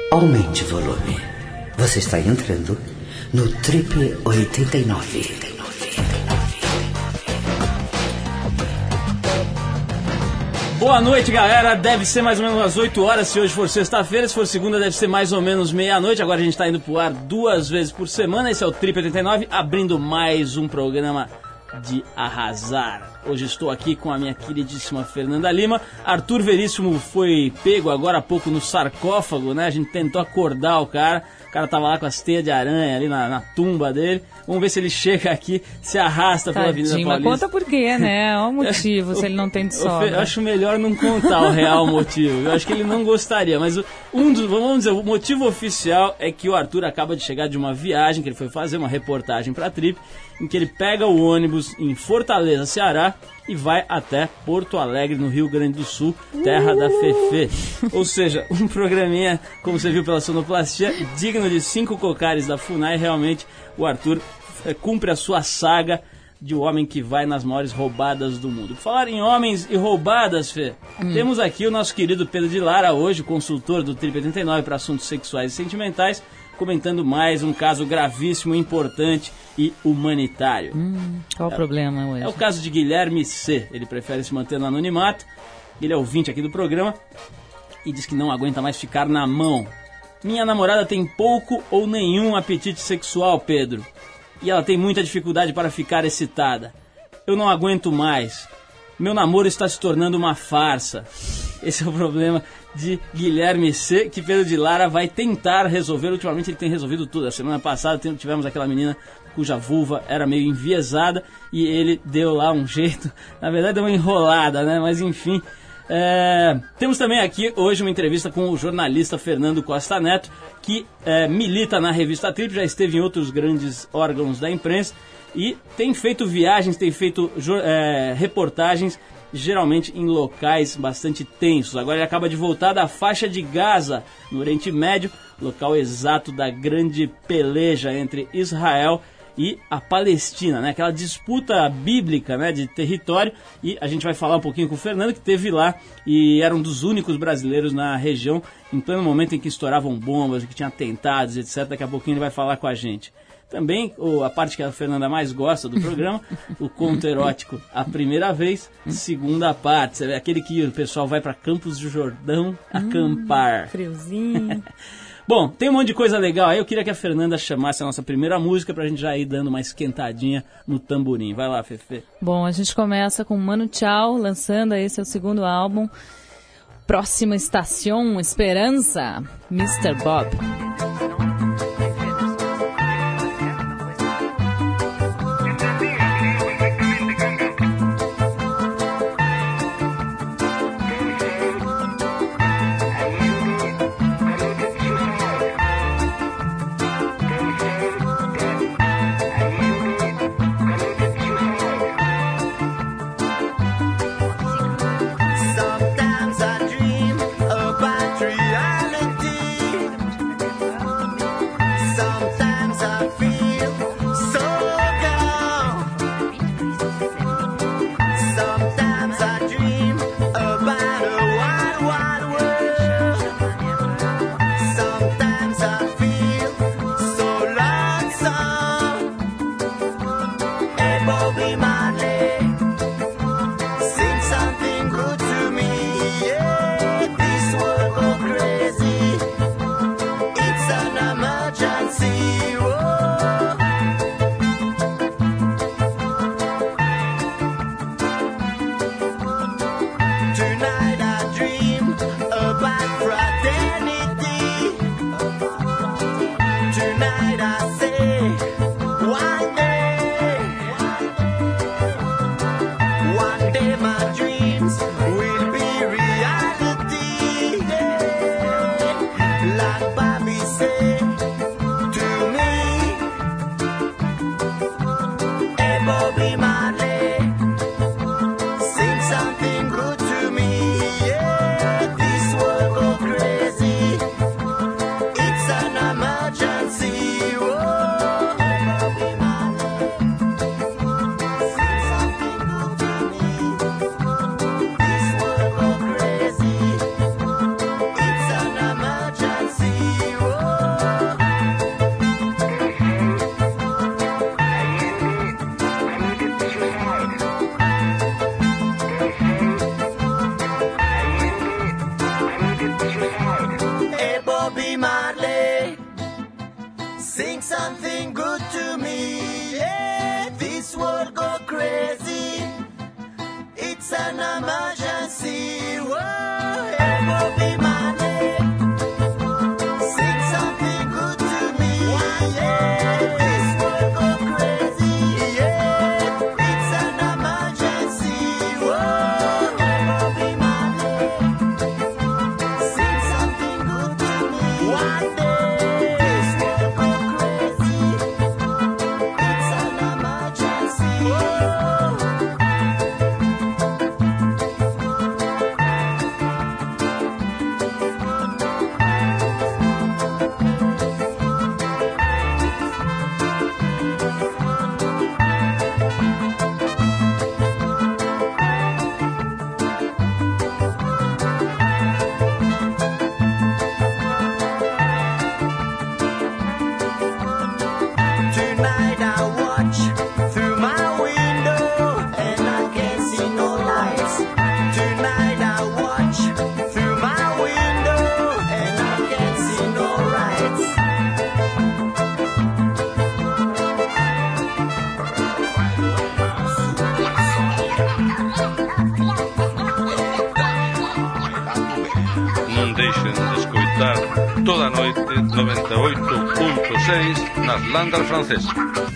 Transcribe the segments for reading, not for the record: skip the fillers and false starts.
Aumente o volume. Você está entrando no Trip 89. Boa noite, galera. Deve ser mais ou menos umas 8 horas se hoje for sexta-feira. Se for segunda, deve ser mais ou menos meia-noite. Agora a gente está indo pro ar 2 vezes por semana. Esse é o Trip 89, abrindo mais um programa de arrasar. Hoje estou aqui com a minha queridíssima Fernanda Lima. Arthur Veríssimo foi pego agora há pouco no sarcófago, né? A gente tentou acordar o cara. O cara tava lá com as teias de aranha ali na tumba dele. Vamos ver se ele chega aqui, se arrasta pela Avenida Paulista. Mas conta por quê, né? Olha o motivo, se ele não tem de sobra. Eu acho melhor não contar o real motivo. Eu acho que ele não gostaria, mas vamos dizer, o motivo oficial é que o Arthur acaba de chegar de uma viagem que ele foi fazer, uma reportagem pra Trip, em que ele pega o ônibus em Fortaleza, Ceará, e vai até Porto Alegre, no Rio Grande do Sul, terra da Fefê. Ou seja, um programinha, como você viu pela sonoplastia, digno de 5 cocares da FUNAI. Realmente, o Arthur cumpre a sua saga de o homem que vai nas maiores roubadas do mundo. Por falar em homens e roubadas, Fê, temos aqui o nosso querido Pedro de Lara, hoje consultor do Trip 89 para assuntos sexuais e sentimentais, comentando mais um caso gravíssimo, importante e humanitário. Qual o problema hoje? É o caso de Guilherme C. Ele prefere se manter no anonimato. Ele é ouvinte aqui do programa e diz que não aguenta mais ficar na mão. Minha namorada tem pouco ou nenhum apetite sexual, Pedro. E ela tem muita dificuldade para ficar excitada. Eu não aguento mais. Meu namoro está se tornando uma farsa. Esse é o problema de Guilherme C., que Pedro de Lara vai tentar resolver. Ultimamente ele tem resolvido tudo. A semana passada tivemos aquela menina cuja vulva era meio enviesada e ele deu lá um jeito. Na verdade deu uma enrolada, né? Mas enfim. Temos também aqui hoje uma entrevista com o jornalista Fernando Costa Neto, que milita na revista Trip, já esteve em outros grandes órgãos da imprensa e tem feito viagens, tem feito reportagens, geralmente em locais bastante tensos. Agora ele acaba de voltar da faixa de Gaza, no Oriente Médio, local exato da grande peleja entre Israel e a Palestina, né? Aquela disputa bíblica, né, de território. E a gente vai falar um pouquinho com o Fernando, que esteve lá e era um dos únicos brasileiros na região, em pleno momento em que estouravam bombas, que tinha atentados, etc. Daqui a pouquinho ele vai falar com a gente. Também a parte que a Fernanda mais gosta do programa, o conto erótico, a primeira vez, segunda parte, aquele que o pessoal vai para Campos do Jordão acampar. Friozinho. Bom, tem um monte de coisa legal aí. Eu queria que a Fernanda chamasse a nossa primeira música pra gente já ir dando uma esquentadinha no tamborim. Vai lá, Fefe. Bom, a gente começa com Mano Chao, lançando aí seu segundo álbum. Próxima estação, Esperança, Mr. Bob. Sing something good to me, yeah, this world deixen de escoitar toda a noite 98.6 nas Landas Francesas.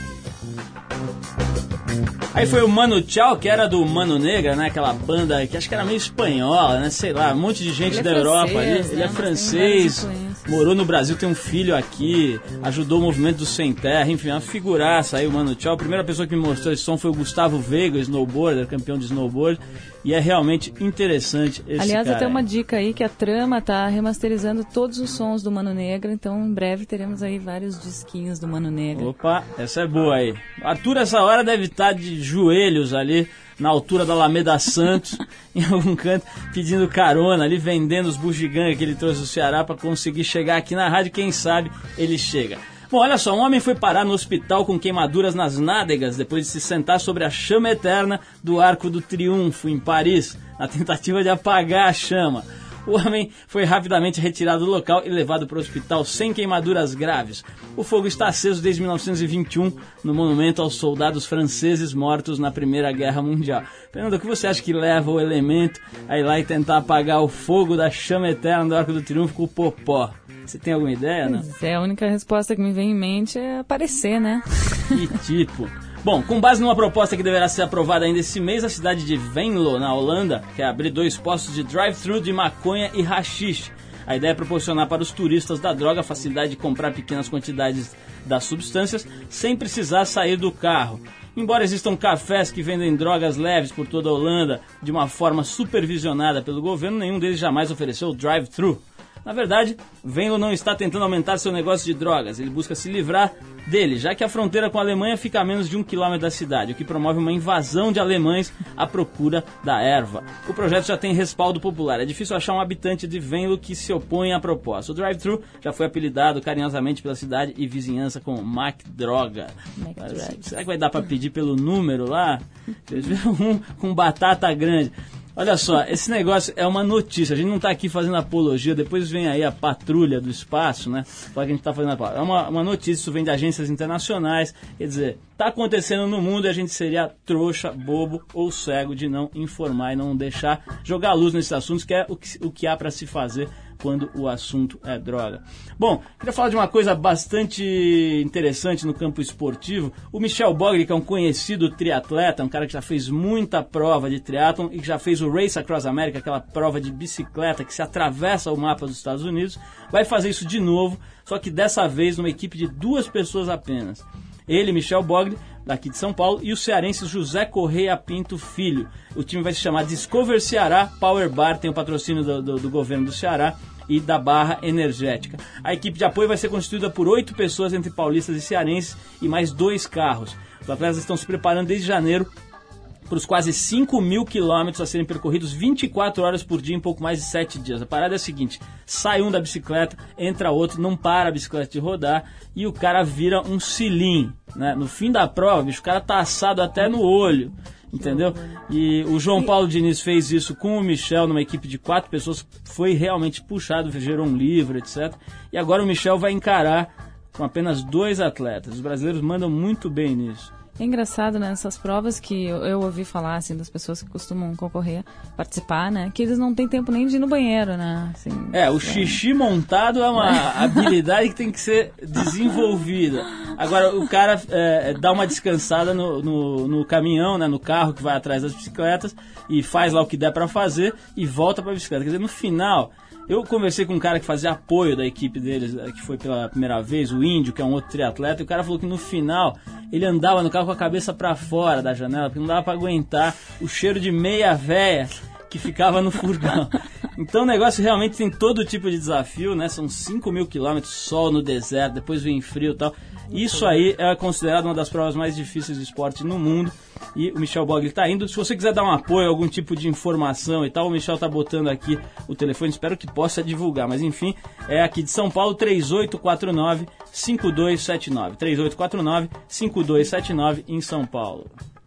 Aí foi o Manu Chao, que era do Mano Negra, né? Aquela banda que acho que era meio espanhola, né? Sei lá, um monte de gente da Europa ali. Ele é francês, morou no Brasil, tem um filho aqui, ajudou o movimento do Sem Terra, enfim, uma figuraça aí o Manu Chao. A primeira pessoa que me mostrou esse som foi o Gustavo Veiga, snowboarder, campeão de snowboard. E é realmente interessante esse Aliás, cara. até uma dica aí que a Trama tá remasterizando todos os sons do Mano Negra, então em breve teremos aí vários disquinhos do Mano Negra. Opa, essa é boa aí. Arthur, essa hora deve estar de joelhos ali, na altura da Alameda Santos, em algum canto, pedindo carona ali, vendendo os bugigangas que ele trouxe do Ceará para conseguir chegar aqui na rádio. Quem sabe ele chega. Bom, olha só, um homem foi parar no hospital com queimaduras nas nádegas depois de se sentar sobre a chama eterna do Arco do Triunfo, em Paris, na tentativa de apagar a chama. O homem foi rapidamente retirado do local e levado para o hospital sem queimaduras graves. O fogo está aceso desde 1921 no monumento aos soldados franceses mortos na Primeira Guerra Mundial. Fernando, o que você acha que leva o elemento a ir lá e tentar apagar o fogo da chama eterna do Arco do Triunfo com o popó? Você tem alguma ideia, não? A única resposta que me vem em mente é aparecer, né? Que tipo... Bom, com base numa proposta que deverá ser aprovada ainda esse mês, a cidade de Venlo, na Holanda, quer abrir 2 postos de drive-thru de maconha e haxixe. A ideia é proporcionar para os turistas da droga a facilidade de comprar pequenas quantidades das substâncias sem precisar sair do carro. Embora existam cafés que vendem drogas leves por toda a Holanda de uma forma supervisionada pelo governo, nenhum deles jamais ofereceu drive-thru. Na verdade, Venlo não está tentando aumentar seu negócio de drogas, ele busca se livrar dele, já que a fronteira com a Alemanha fica a menos de 1 quilômetro da cidade, o que promove uma invasão de alemães à procura da erva. O projeto já tem respaldo popular, é difícil achar um habitante de Venlo que se opõe à proposta. O drive-thru já foi apelidado carinhosamente pela cidade e vizinhança como Mac Droga. Será que vai dar para pedir pelo número lá? Eles viram um com batata grande. Olha só, esse negócio é uma notícia, a gente não está aqui fazendo apologia, depois vem aí a patrulha do espaço, né? Fala que a gente está fazendo apologia. É uma notícia, isso vem de agências internacionais, quer dizer, está acontecendo no mundo e a gente seria trouxa, bobo ou cego de não informar e não deixar jogar luz nesses assuntos, que é o que há para se fazer quando o assunto é droga. Bom, queria falar de uma coisa bastante interessante no campo esportivo. O Michel Bogli, que é um conhecido triatleta, um cara que já fez muita prova de triatlon e que já fez o Race Across America, aquela prova de bicicleta que se atravessa o mapa dos Estados Unidos, vai fazer isso de novo, só que dessa vez numa equipe de 2 pessoas apenas. Ele, Michel Bogli, daqui de São Paulo, e o cearense José Correia Pinto Filho. O time vai se chamar Discover Ceará Power Bar, tem o patrocínio do governo do Ceará e da Barra Energética. A equipe de apoio vai ser constituída por 8 pessoas entre paulistas e cearenses e mais 2 carros. Os atletas estão se preparando desde janeiro para os quase 5.000 quilômetros a serem percorridos 24 horas por dia em pouco mais de 7 dias. A parada é a seguinte: sai um da bicicleta, entra outro, não para a bicicleta de rodar e o cara vira um cilim, né? No fim da prova, bicho, o cara tá assado até no olho, entendeu? E o João Paulo Diniz fez isso com o Michel numa equipe de 4 pessoas, foi realmente puxado, gerou um livro, etc. E agora o Michel vai encarar com apenas 2 atletas. Os brasileiros mandam muito bem nisso. É engraçado, né, essas provas que eu ouvi falar, assim, das pessoas que costumam concorrer, participar, né, que eles não têm tempo nem de ir no banheiro, né, assim, o xixi montado é uma habilidade que tem que ser desenvolvida. Agora, o cara dá uma descansada no caminhão, né, no carro que vai atrás das bicicletas e faz lá o que der pra fazer e volta pra bicicleta. Quer dizer, no final... Eu conversei com um cara que fazia apoio da equipe deles, que foi pela primeira vez, o Índio, que é um outro triatleta, e o cara falou que no final ele andava no carro com a cabeça pra fora da janela, porque não dava pra aguentar o cheiro de meia véia que ficava no furgão. Então o negócio realmente tem todo tipo de desafio, né? São 5.000 quilômetros, sol no deserto, depois vem frio e tal. Isso aí é considerado uma das provas mais difíceis de esporte no mundo. E o Michel Bogli está indo. Se você quiser dar um apoio, algum tipo de informação e tal, o Michel está botando aqui o telefone, espero que possa divulgar. Mas enfim, é aqui de São Paulo, 3849-5279. 3849-5279 em São Paulo.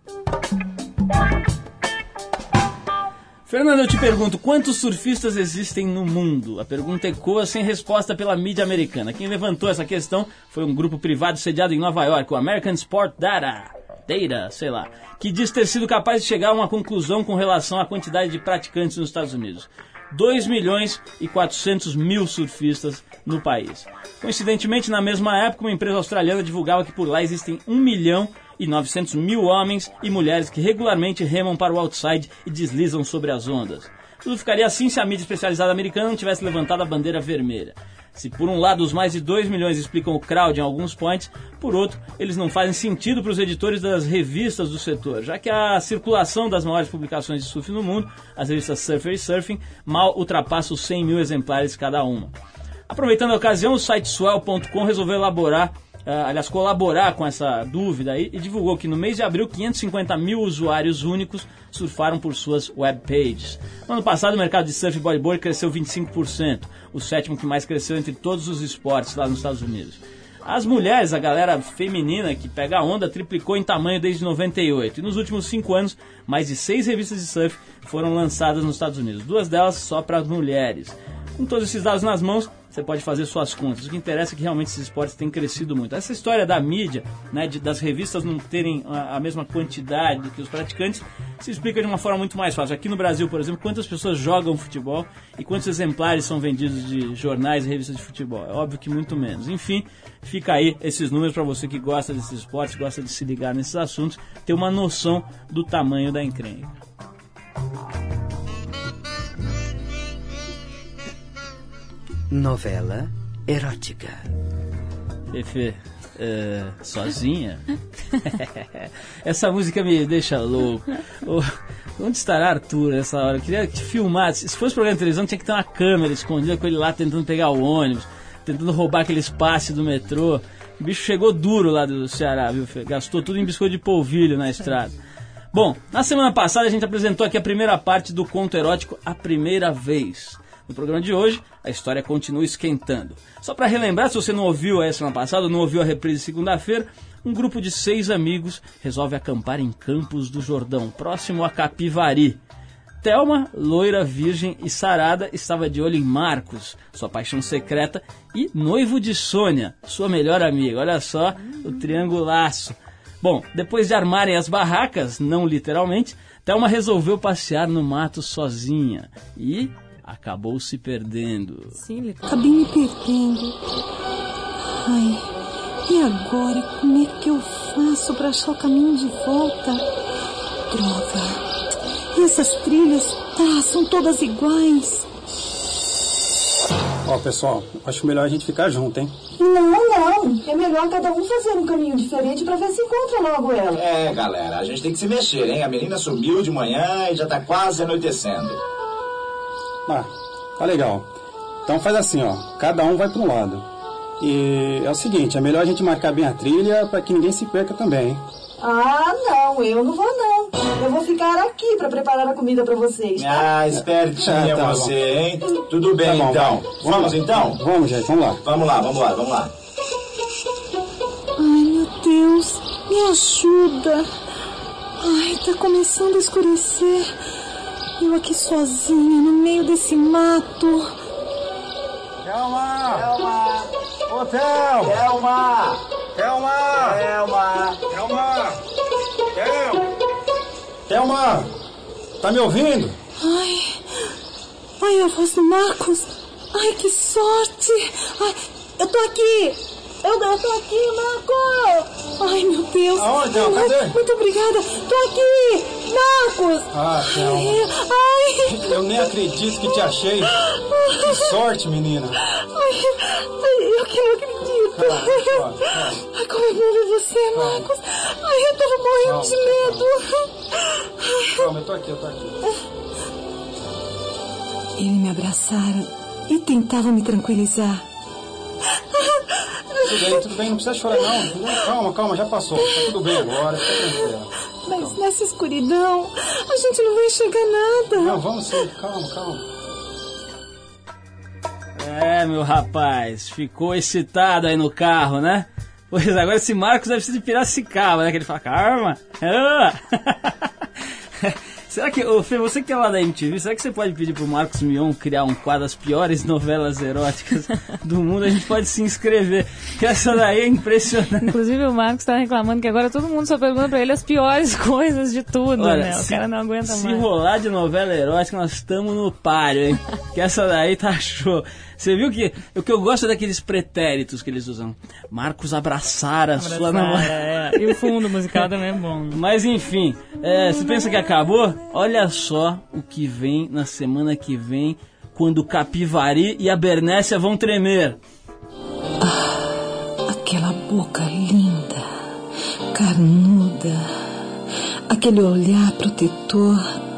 Fernando, eu te pergunto, quantos surfistas existem no mundo? A pergunta ecoa sem resposta pela mídia americana. Quem levantou essa questão foi um grupo privado sediado em Nova York, o American Sport Data, sei lá, que diz ter sido capaz de chegar a uma conclusão com relação à quantidade de praticantes nos Estados Unidos. 2.400.000 surfistas no país. Coincidentemente, na mesma época, uma empresa australiana divulgava que por lá existem 1.900.000 homens e mulheres que regularmente remam para o outside e deslizam sobre as ondas. Tudo ficaria assim se a mídia especializada americana não tivesse levantado a bandeira vermelha. Se por um lado os mais de 2 milhões explicam o crowd em alguns points, por outro, eles não fazem sentido para os editores das revistas do setor, já que a circulação das maiores publicações de surf no mundo, as revistas Surfer e Surfing, mal ultrapassa os 100 mil exemplares cada uma. Aproveitando a ocasião, o site Swell.com resolveu colaborar com essa dúvida aí, e divulgou que no mês de abril 550.000 usuários únicos surfaram por suas webpages. No ano passado o mercado de surf e bodyboard cresceu 25%, o sétimo que mais cresceu entre todos os esportes lá nos Estados Unidos. As mulheres, a galera feminina que pega a onda, triplicou em tamanho desde 98, e nos últimos 5 anos mais de 6 revistas de surf foram lançadas nos Estados Unidos, 2 delas só para as mulheres. Com todos esses dados nas mãos, você pode fazer suas contas. O que interessa é que realmente esses esportes têm crescido muito. Essa história da mídia, né, das revistas não terem a mesma quantidade do que os praticantes, se explica de uma forma muito mais fácil. Aqui no Brasil, por exemplo, quantas pessoas jogam futebol e quantos exemplares são vendidos de jornais e revistas de futebol? É óbvio que muito menos. Enfim, fica aí esses números para você que gosta desses esportes, gosta de se ligar nesses assuntos, ter uma noção do tamanho da encrenca. Novela erótica. Fefe, sozinha? Essa música me deixa louco. Onde estará Arthur nessa hora? Eu queria que filmasse. Se fosse programa de televisão, tinha que ter uma câmera escondida com ele lá tentando pegar o ônibus, tentando roubar aquele espaço do metrô. O bicho chegou duro lá do Ceará, viu, Fê? Gastou tudo em biscoito de polvilho na estrada. Bom, na semana passada a gente apresentou aqui a primeira parte do conto erótico A Primeira Vez. No programa de hoje, a história continua esquentando. Só para relembrar, se você não ouviu a semana passada, não ouviu a reprise de segunda-feira, um grupo de 6 amigos resolve acampar em Campos do Jordão, próximo a Capivari. Thelma, loira, virgem e sarada, estava de olho em Marcos, sua paixão secreta, e noivo de Sônia, sua melhor amiga. Olha só o triangulaço. Bom, depois de armarem as barracas, não literalmente, Thelma resolveu passear no mato sozinha e acabou se perdendo. Sim, acabei me perdendo. Ai, e agora? Como é que eu faço para achar o caminho de volta? Droga. E essas trilhas, são todas iguais. Ó, pessoal, acho melhor a gente ficar junto, hein? Não. É melhor cada um fazer um caminho diferente pra ver se encontra logo ela. É, galera, a gente tem que se mexer, hein? A menina subiu de manhã e já tá quase anoitecendo. Tá legal. Então faz assim, ó, cada um vai para um lado. E é o seguinte, é melhor a gente marcar bem a trilha para que ninguém se perca também, hein? Não, eu não vou não. Eu vou ficar aqui para preparar a comida para vocês. Tá? Espertinha tá você, bom. hein? Tudo bem, Tá bom, então. Vamos então? Vamos, gente, vamos lá. Vamos lá. Ai, meu Deus, me ajuda. Ai, tá começando a escurecer. Eu aqui sozinha, no meio desse mato. Thelma! Ô, Thelma! Thelma! Tá me ouvindo? Ai, a voz do Marcos. Ai, que sorte. Ai, eu tô aqui. Eu tô aqui, Marcos. Ai, meu Deus. Aonde, Thelma? Cadê? Muito obrigada. Tô aqui. Marcos. Thelma. Ai. Eu nem acredito que te achei. Que sorte, menina. Ai, eu que não acredito. Calma. Ai, como é bom ver você, Marcos. Ai, eu tava morrendo de medo. Calma, eu tô aqui. Ele me abraçara e tentava me tranquilizar. Tudo bem, não precisa chorar não. Calma, já passou. Tá tudo bem agora, fica tranquila. Mas nessa escuridão, a gente não vai enxergar nada. Não, vamos sim, calma. Meu rapaz, ficou excitado aí no carro, né? Pois agora esse Marcos deve ser de Piracicaba, né? Que ele fala, calma. Será que, Fê, você que é lá da MTV, será que você pode pedir pro Marcos Mion criar um quadro das piores novelas eróticas do mundo? A gente pode se inscrever, que essa daí é impressionante. Inclusive o Marcos tá reclamando que agora todo mundo só pergunta pra ele as piores coisas de tudo, Olha, né? O cara não aguenta mais. Se rolar de novela erótica, nós estamos no páreo, hein? Que essa daí tá show. Você viu que o que eu gosto é daqueles pretéritos que eles usam. Marcos abraçar a sua namorada. E o fundo musical também é bom. Mas enfim, você pensa que acabou? Olha só o que vem na semana que vem, quando o Capivari e a Bernécia vão tremer. Aquela boca linda, carnuda, aquele olhar protetor,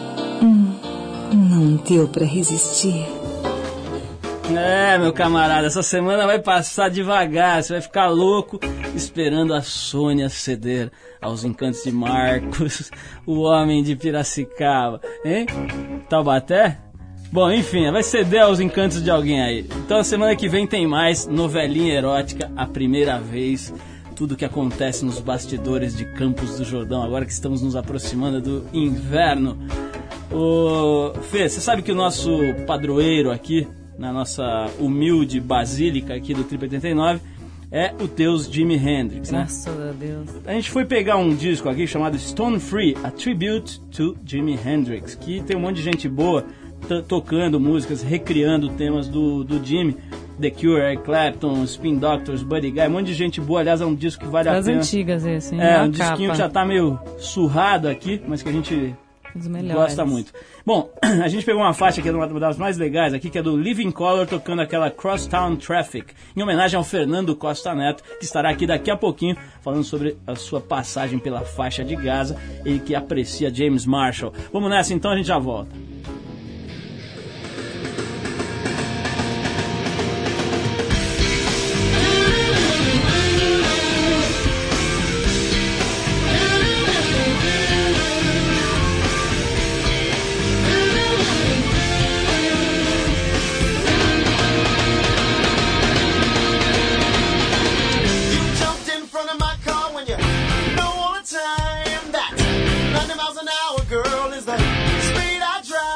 não deu pra resistir. Meu camarada, essa semana vai passar devagar, você vai ficar louco esperando a Sônia ceder aos encantos de Marcos, o homem de Piracicaba, hein? Taubaté? Bom, enfim, vai ceder aos encantos de alguém aí. Então, a semana que vem tem mais novelinha erótica, a primeira vez, tudo que acontece nos bastidores de Campos do Jordão, agora que estamos nos aproximando do inverno. Fê, você sabe que o nosso padroeiro aqui, na nossa humilde basílica aqui do Trip 89, é o deus Jimi Hendrix, né? Graças a Deus. A gente foi pegar um disco aqui chamado Stone Free, A Tribute to Jimi Hendrix, que tem um monte de gente boa tocando músicas, recriando temas do Jimi. The Cure, Eric Clapton, Spin Doctors, Buddy Guy, um monte de gente boa. Aliás, é um disco que vale a pena. Das antigas esse, hein? Um disquinho que já tá meio surrado aqui, mas que a gente gosta muito. Bom, a gente pegou uma faixa que é uma das mais legais aqui, que é do Living Colour, tocando aquela Crosstown Traffic, em homenagem ao Fernando Costa Neto, que estará aqui daqui a pouquinho, falando sobre a sua passagem pela faixa de Gaza, ele que aprecia James Marshall. Vamos nessa então, a gente já volta. Girl, is the speed I drive.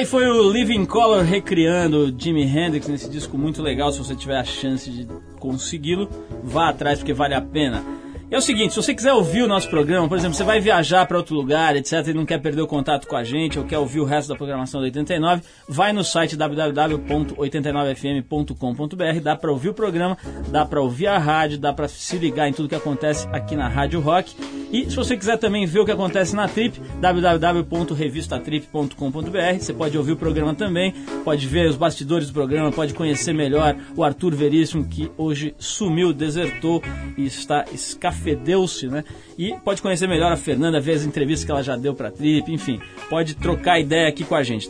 Aí foi o Living Colour recriando o Jimi Hendrix nesse disco muito legal. Se você tiver a chance de consegui-lo, vá atrás porque vale a pena. E é o seguinte, se você quiser ouvir o nosso programa, por exemplo, você vai viajar para outro lugar, etc, e não quer perder o contato com a gente, ou quer ouvir o resto da programação da 89, vai no site www.89fm.com.br, dá para ouvir o programa, dá para ouvir a rádio, dá para se ligar em tudo que acontece aqui na Rádio Rock. E se você quiser também ver o que acontece na Trip, www.revistatrip.com.br, você pode ouvir o programa também, pode ver os bastidores do programa, pode conhecer melhor o Arthur Veríssimo, que hoje sumiu, desertou e está escafedeu-se, né? E pode conhecer melhor a Fernanda, ver as entrevistas que ela já deu para a Trip, enfim, pode trocar ideia aqui com a gente,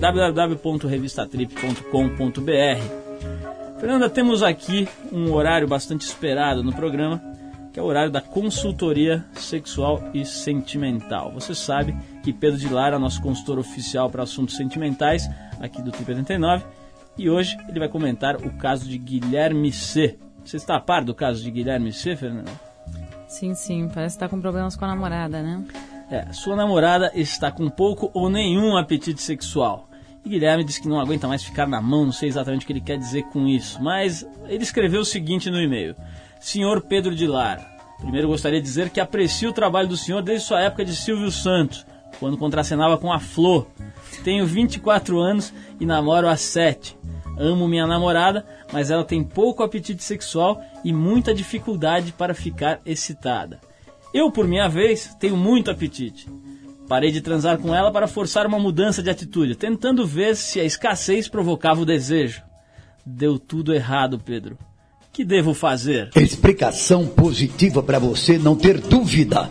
www.revistatrip.com.br. Fernanda, temos aqui um horário bastante esperado no programa, que é o horário da consultoria sexual e sentimental. Você sabe que Pedro de Lara é nosso consultor oficial para assuntos sentimentais aqui do Trip 89 e hoje ele vai comentar o caso de Guilherme C. Você está a par do caso de Guilherme C, Fernanda? Sim, parece que está com problemas com a namorada, né? Sua namorada está com pouco ou nenhum apetite sexual. E Guilherme diz que não aguenta mais ficar na mão, não sei exatamente o que ele quer dizer com isso, mas ele escreveu o seguinte no e-mail. Senhor Pedro de Lara, primeiro gostaria de dizer que aprecio o trabalho do senhor desde sua época de Silvio Santos, quando contracenava com a Flor. Tenho 24 anos e namoro há 7. Amo minha namorada, mas ela tem pouco apetite sexual e muita dificuldade para ficar excitada. Eu, por minha vez, tenho muito apetite. Parei de transar com ela para forçar uma mudança de atitude, tentando ver se a escassez provocava o desejo. Deu tudo errado, Pedro. O que devo fazer? Explicação positiva para você não ter dúvida.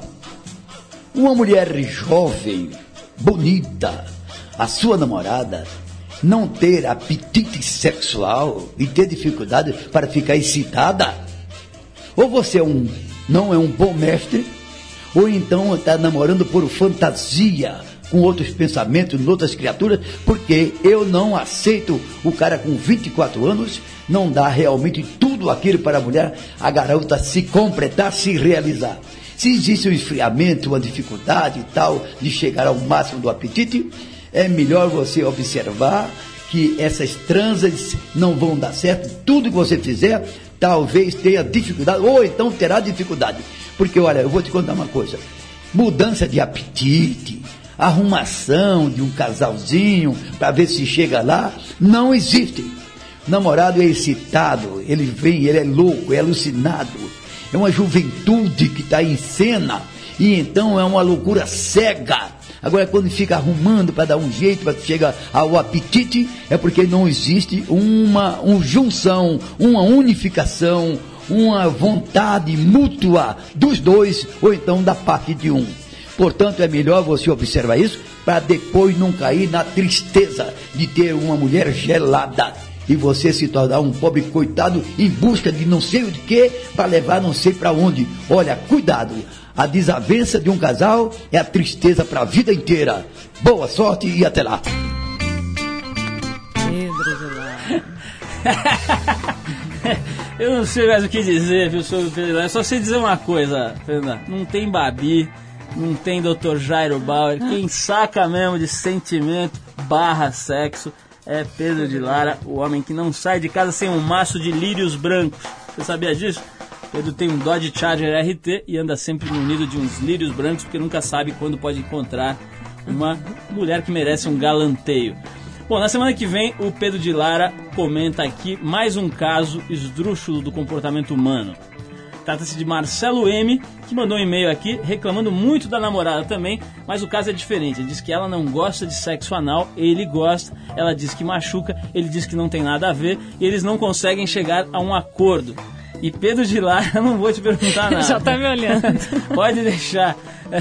Uma mulher jovem, bonita, a sua namorada, não ter apetite sexual e ter dificuldade para ficar excitada. Ou você não é um bom mestre, ou então está namorando por fantasia, com outros pensamentos, outras criaturas, porque eu não aceito o cara com 24 anos, não dá realmente tudo aquilo para a mulher, a garota se completar, se realizar. Se existe um esfriamento, uma dificuldade e tal, de chegar ao máximo do apetite, é melhor você observar que essas transas não vão dar certo, tudo que você fizer, talvez tenha dificuldade, ou então terá dificuldade. Porque, olha, eu vou te contar uma coisa, mudança de apetite, arrumação de um casalzinho para ver se chega lá, não existe. O namorado é excitado, ele vem, ele é louco, é alucinado, é uma juventude que está em cena, e então é uma loucura cega. Agora, quando fica arrumando para dar um jeito, para que chega ao apetite, é porque não existe uma junção, uma unificação, uma vontade mútua dos dois, ou então da parte de um. Portanto, é melhor você observar isso, para depois não cair na tristeza de ter uma mulher gelada, e você se tornar um pobre coitado em busca de não sei o que, para levar não sei para onde. Olha, cuidado. A desavença de um casal é a tristeza para a vida inteira. Boa sorte e até lá. Pedro de Lara. Eu não sei mais o que dizer, viu, sobre o Pedro de Lara. Eu só sei dizer uma coisa, Fernanda. Não tem Babi, não tem Dr. Jairo Bauer. Quem saca mesmo de sentimento / sexo é Pedro de Lara, o homem que não sai de casa sem um maço de lírios brancos. Você sabia disso? Pedro tem um Dodge Charger RT e anda sempre munido de uns lírios brancos, porque nunca sabe quando pode encontrar uma mulher que merece um galanteio. Bom, na semana que vem o Pedro de Lara comenta aqui mais um caso esdrúxulo do comportamento humano. Trata-se de Marcelo M, que mandou um e-mail aqui reclamando muito da namorada também, mas o caso é diferente. Ele diz que ela não gosta de sexo anal, ele gosta, ela diz que machuca, ele diz que não tem nada a ver e eles não conseguem chegar a um acordo. E Pedro de Lara, eu não vou te perguntar nada. Já tá me olhando. Pode deixar.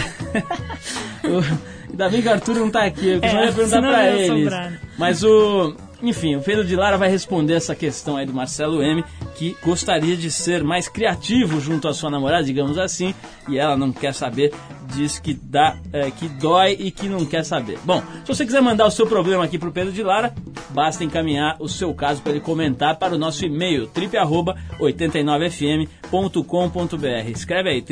Ainda bem que o Arthur não tá aqui, eu ia perguntar pra eles. Mas enfim, o Pedro de Lara vai responder essa questão aí do Marcelo M, que gostaria de ser mais criativo junto à sua namorada, digamos assim, e ela não quer saber, diz que que dói e que não quer saber. Bom, se você quiser mandar o seu problema aqui pro Pedro de Lara, basta encaminhar o seu caso para ele comentar para o nosso e-mail, trip@89fm.com.br. Escreve aí,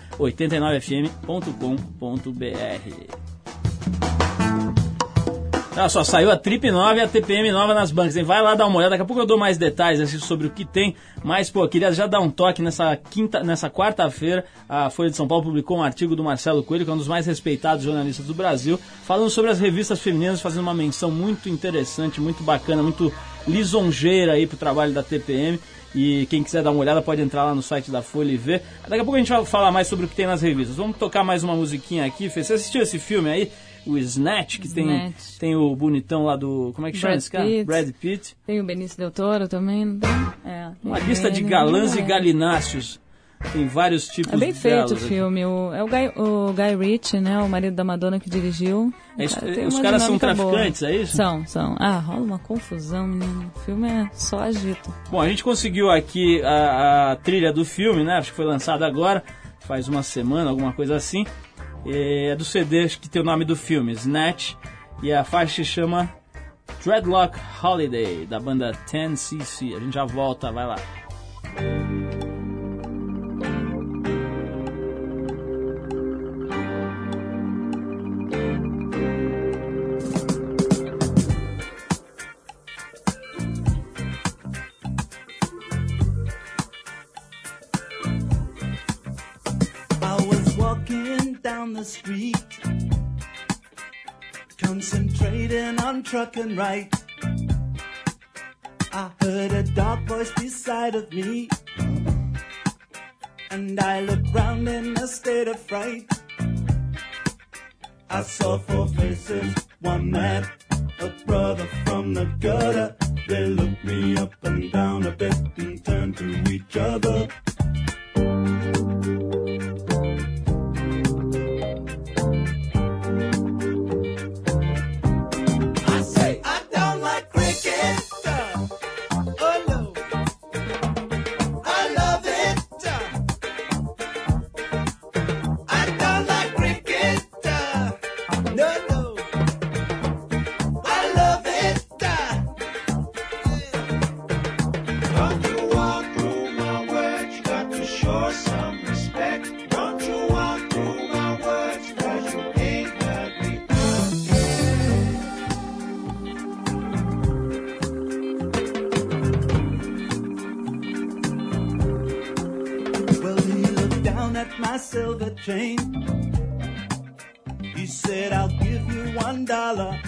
trip@89fm.com.br. Olha só, saiu a Trip nova e a TPM nova nas bancas, hein? Vai lá dar uma olhada, daqui a pouco eu dou mais detalhes assim, sobre o que tem, mas, pô, queria já dar um toque nessa quarta-feira, a Folha de São Paulo publicou um artigo do Marcelo Coelho, que é um dos mais respeitados jornalistas do Brasil, falando sobre as revistas femininas, fazendo uma menção muito interessante, muito bacana, muito lisonjeira aí pro trabalho da TPM, e quem quiser dar uma olhada pode entrar lá no site da Folha e ver. Daqui a pouco a gente vai falar mais sobre o que tem nas revistas. Vamos tocar mais uma musiquinha aqui, Fê. Você assistiu esse filme aí? O Snatch, que tem o bonitão lá do... Como é que chama esse cara? Brad Pitt. Tem o Benício Del Toro também, não tem? Uma lista de galãs e galináceos. Tem vários tipos de É bem feito o aqui. filme. É o Guy Ritchie, né? O marido da Madonna que dirigiu. Os caras são traficantes, boa. É isso? São. Ah, rola uma confusão, menino. O filme é só agito. Bom, a gente conseguiu aqui a trilha do filme, né? Acho que foi lançada agora, faz uma semana, alguma coisa assim. É do CD que tem o nome do filme, Snatch, e a faixa se chama Dreadlock Holiday, da banda 10cc. A gente já volta, vai lá. Down the street, concentrating on truck and right. I heard a dark voice beside of me, and I looked round in a state of fright. I saw four faces, one man, a brother from the gutter. They looked me up and down a bit and turned to each other. Silver chain. He said, I'll give you $1.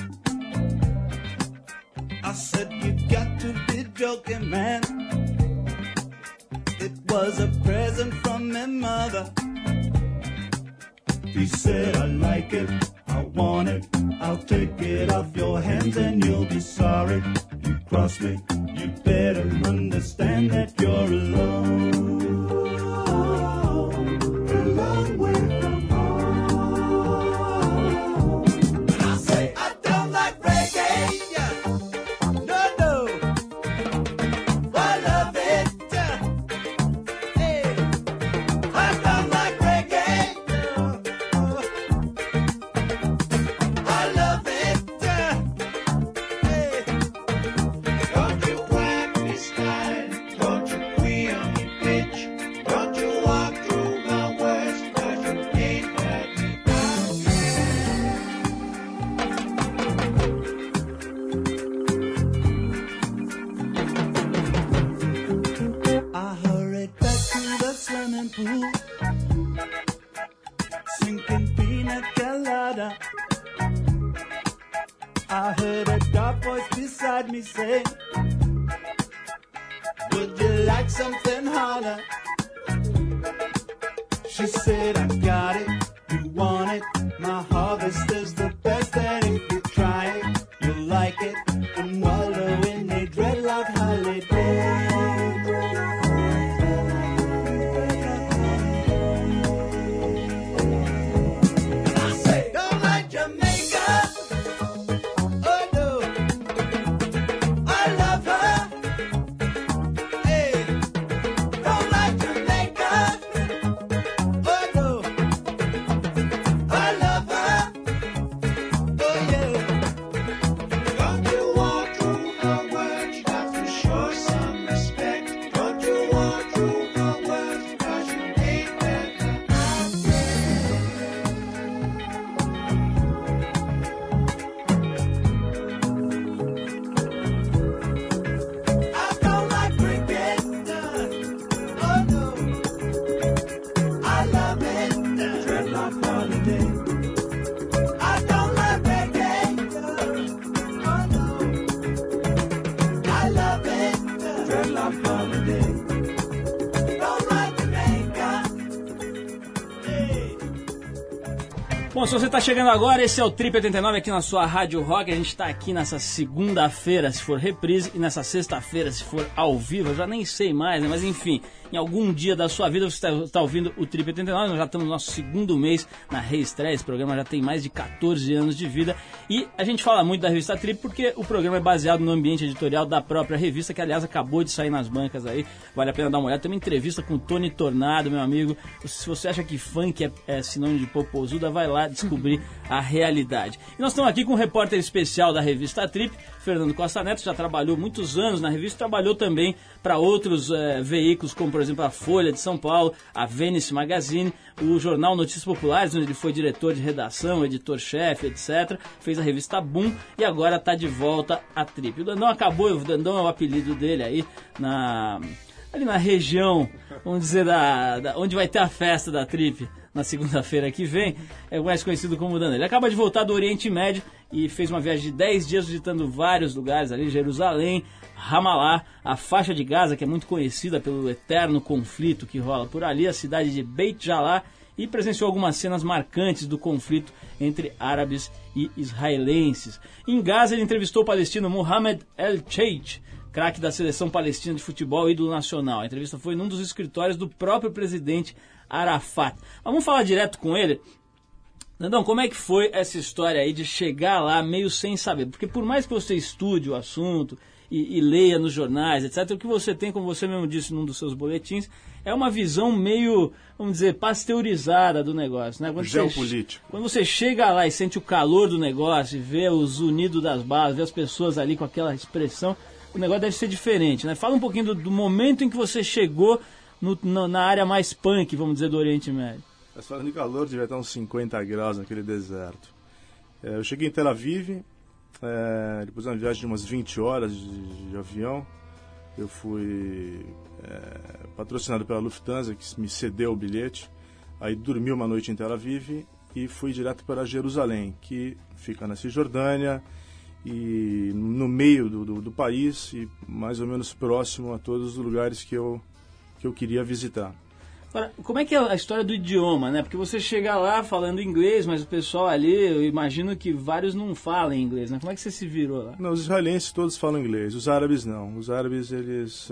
I said, you got to be joking, man. It was a present from my mother. He said, I like it, I want it, I'll take it off your hands and you'll be sorry. You cross me, you better understand that you're alone. I heard a dark voice beside me say, would you like something harder? She said, I got it, you want it, my harvest is the best, and if you try it, you'll like it, and wallow in a dreadlock holiday. Bom, se você está chegando agora, esse é o Trip 89 aqui na sua Rádio Rock. A gente está aqui nessa segunda-feira, se for reprise, e nessa sexta-feira, se for ao vivo. Eu já nem sei mais, né? Mas enfim, em algum dia da sua vida você está ouvindo o Trip 89. Nós já estamos no nosso segundo mês na reestreia. Esse programa já tem mais de 14 anos de vida. E a gente fala muito da revista Trip porque o programa é baseado no ambiente editorial da própria revista, que aliás acabou de sair nas bancas aí. Vale a pena dar uma olhada. Tem uma entrevista com o Tony Tornado, meu amigo. Se você acha que funk é sinônimo de popozuda, vai lá descobrir a realidade. E nós estamos aqui com um repórter especial da revista Trip, Fernando Costa Neto. Já trabalhou muitos anos na revista, trabalhou também para outros veículos, como por exemplo a Folha de São Paulo, a Venice Magazine, o jornal Notícias Populares, onde ele foi diretor de redação, editor-chefe, etc. Fez a revista Boom e agora está de volta à Trip. O Dandão acabou, o Dandão é o apelido dele aí ali na região, vamos dizer, onde vai ter a festa da Trip na segunda-feira que vem, é mais conhecido como Dandão. Ele acaba de voltar do Oriente Médio e fez uma viagem de 10 dias visitando vários lugares ali, Jerusalém, Ramallah, a faixa de Gaza, que é muito conhecida pelo eterno conflito que rola por ali, a cidade de Beit Jalá, e presenciou algumas cenas marcantes do conflito entre árabes e israelenses. Em Gaza, ele entrevistou o palestino Mohamed El-Sheikh, craque da seleção palestina de futebol e ídolo nacional. A entrevista foi num dos escritórios do próprio presidente Arafat. Mas vamos falar direto com ele. Nandão, como é que foi essa história aí de chegar lá meio sem saber? Porque por mais que você estude o assunto e leia nos jornais, etc., o que você tem, como você mesmo disse num dos seus boletins, é uma visão meio, vamos dizer, pasteurizada do negócio, né? Geopolítico. Quando você chega lá e sente o calor do negócio e vê os unidos das balas, vê as pessoas ali com aquela expressão, o negócio deve ser diferente, né? Fala um pouquinho do momento em que você chegou na área mais punk, vamos dizer, do Oriente Médio. Mas falando de calor, devia estar uns 50 graus naquele deserto. Eu cheguei em Tel Aviv, depois de uma viagem de umas 20 horas de avião. Eu fui patrocinado pela Lufthansa, que me cedeu o bilhete. Aí dormi uma noite em Tel Aviv e fui direto para Jerusalém, que fica na Cisjordânia, e no meio do país e mais ou menos próximo a todos os lugares que eu queria visitar. Agora, como é que é a história do idioma, né? Porque você chega lá falando inglês, mas o pessoal ali, eu imagino que vários não falam inglês, né? Como é que você se virou lá? Não, os israelenses todos falam inglês, os árabes não. Os árabes, eles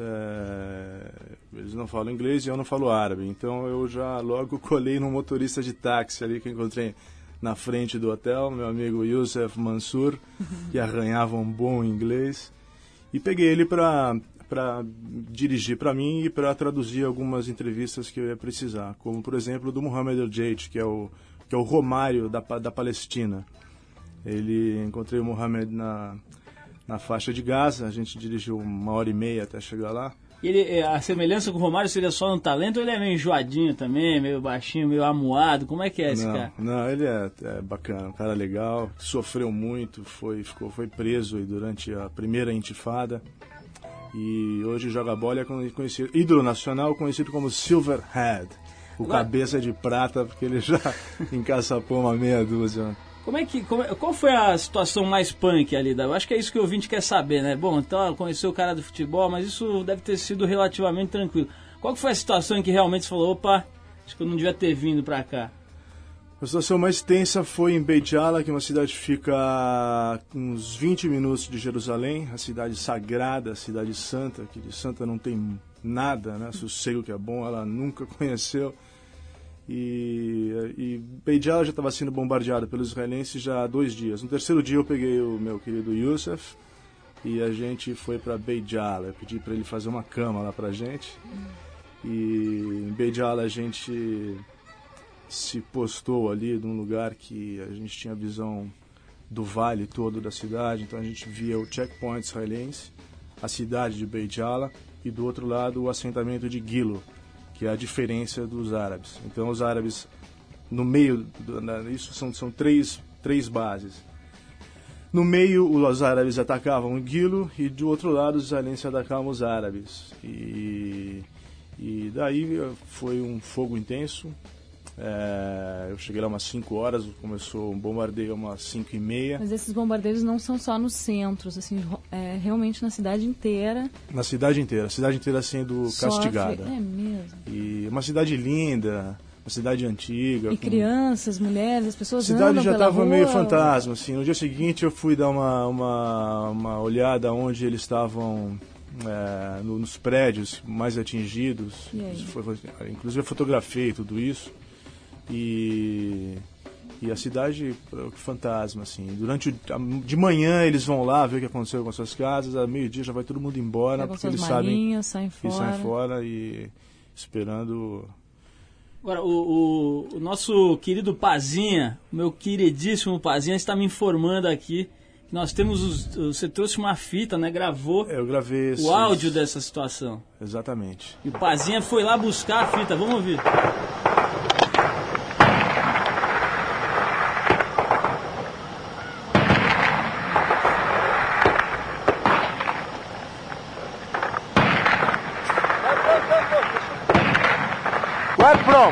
não falam inglês e eu não falo árabe. Então eu já logo colei num motorista de táxi ali que eu encontrei na frente do hotel, meu amigo Youssef Mansour, que arranhava um bom inglês, e peguei ele para dirigir para mim e para traduzir algumas entrevistas que eu ia precisar, como por exemplo do Mohamed El-Sheikh, que é o Romário da Palestina. Encontrei o Mohamed na faixa de Gaza, a gente dirigiu 1h30 até chegar lá. A semelhança com o Romário seria só no talento ou ele é meio enjoadinho também, meio baixinho, meio amuado? Como é que é esse cara? Não, ele é bacana, um cara legal, sofreu muito, foi preso durante a primeira intifada e hoje joga bola, é conhecido, ídolo nacional, conhecido como Silverhead, cabeça de prata, porque ele já encaçapou uma meia dúzia. Qual foi a situação mais punk ali? Eu acho que é isso que o ouvinte quer saber, né? Bom, então conheceu o cara do futebol, mas isso deve ter sido relativamente tranquilo. Qual que foi a situação em que realmente você falou, opa, acho que eu não devia ter vindo pra cá? A situação mais tensa foi em Beit Jalá, que é uma cidade que fica a uns 20 minutos de Jerusalém, a cidade sagrada, a cidade santa, que de santa não tem nada, né? Sossego que é bom, ela nunca conheceu. E Beit Jalá já estava sendo bombardeada pelos israelenses já há 2 dias. No terceiro dia eu peguei o meu querido Youssef e a gente foi para Beit Jalá. Eu pedi para ele fazer uma cama lá para a gente. E em Beit Jalá a gente se postou ali num lugar que a gente tinha visão do vale todo da cidade. Então a gente via o checkpoint israelense, a cidade de Beit Jalá e do outro lado o assentamento de Gilo, que é a diferença dos árabes. Então os árabes, no meio, isso são três bases. No meio, os árabes atacavam Gilo e do outro lado os israelenses atacavam os árabes. E daí foi um fogo intenso. Eu cheguei lá umas 5 horas, começou um bombardeio umas 5h30. Mas esses bombardeios não são só nos centros, assim, realmente na cidade inteira. Na cidade inteira, a cidade inteira sendo castigada. É mesmo. E uma cidade linda, uma cidade antiga. E crianças, mulheres, as pessoas andam pela rua. A cidade já estava meio fantasma, assim. No dia seguinte eu fui dar uma olhada onde eles estavam, nos prédios mais atingidos. Inclusive eu fotografei tudo isso. E a cidade, fantasma, assim. De manhã eles vão lá ver o que aconteceu com as suas casas, a meio-dia já vai todo mundo embora, porque eles sabem saem fora e esperando. Agora, o nosso querido Pazinha, meu queridíssimo Pazinha, está me informando aqui que nós temos você trouxe uma fita, né? Gravou eu gravei o áudio dessa situação. Exatamente. E o Pazinha foi lá buscar a fita, vamos ouvir. Where from?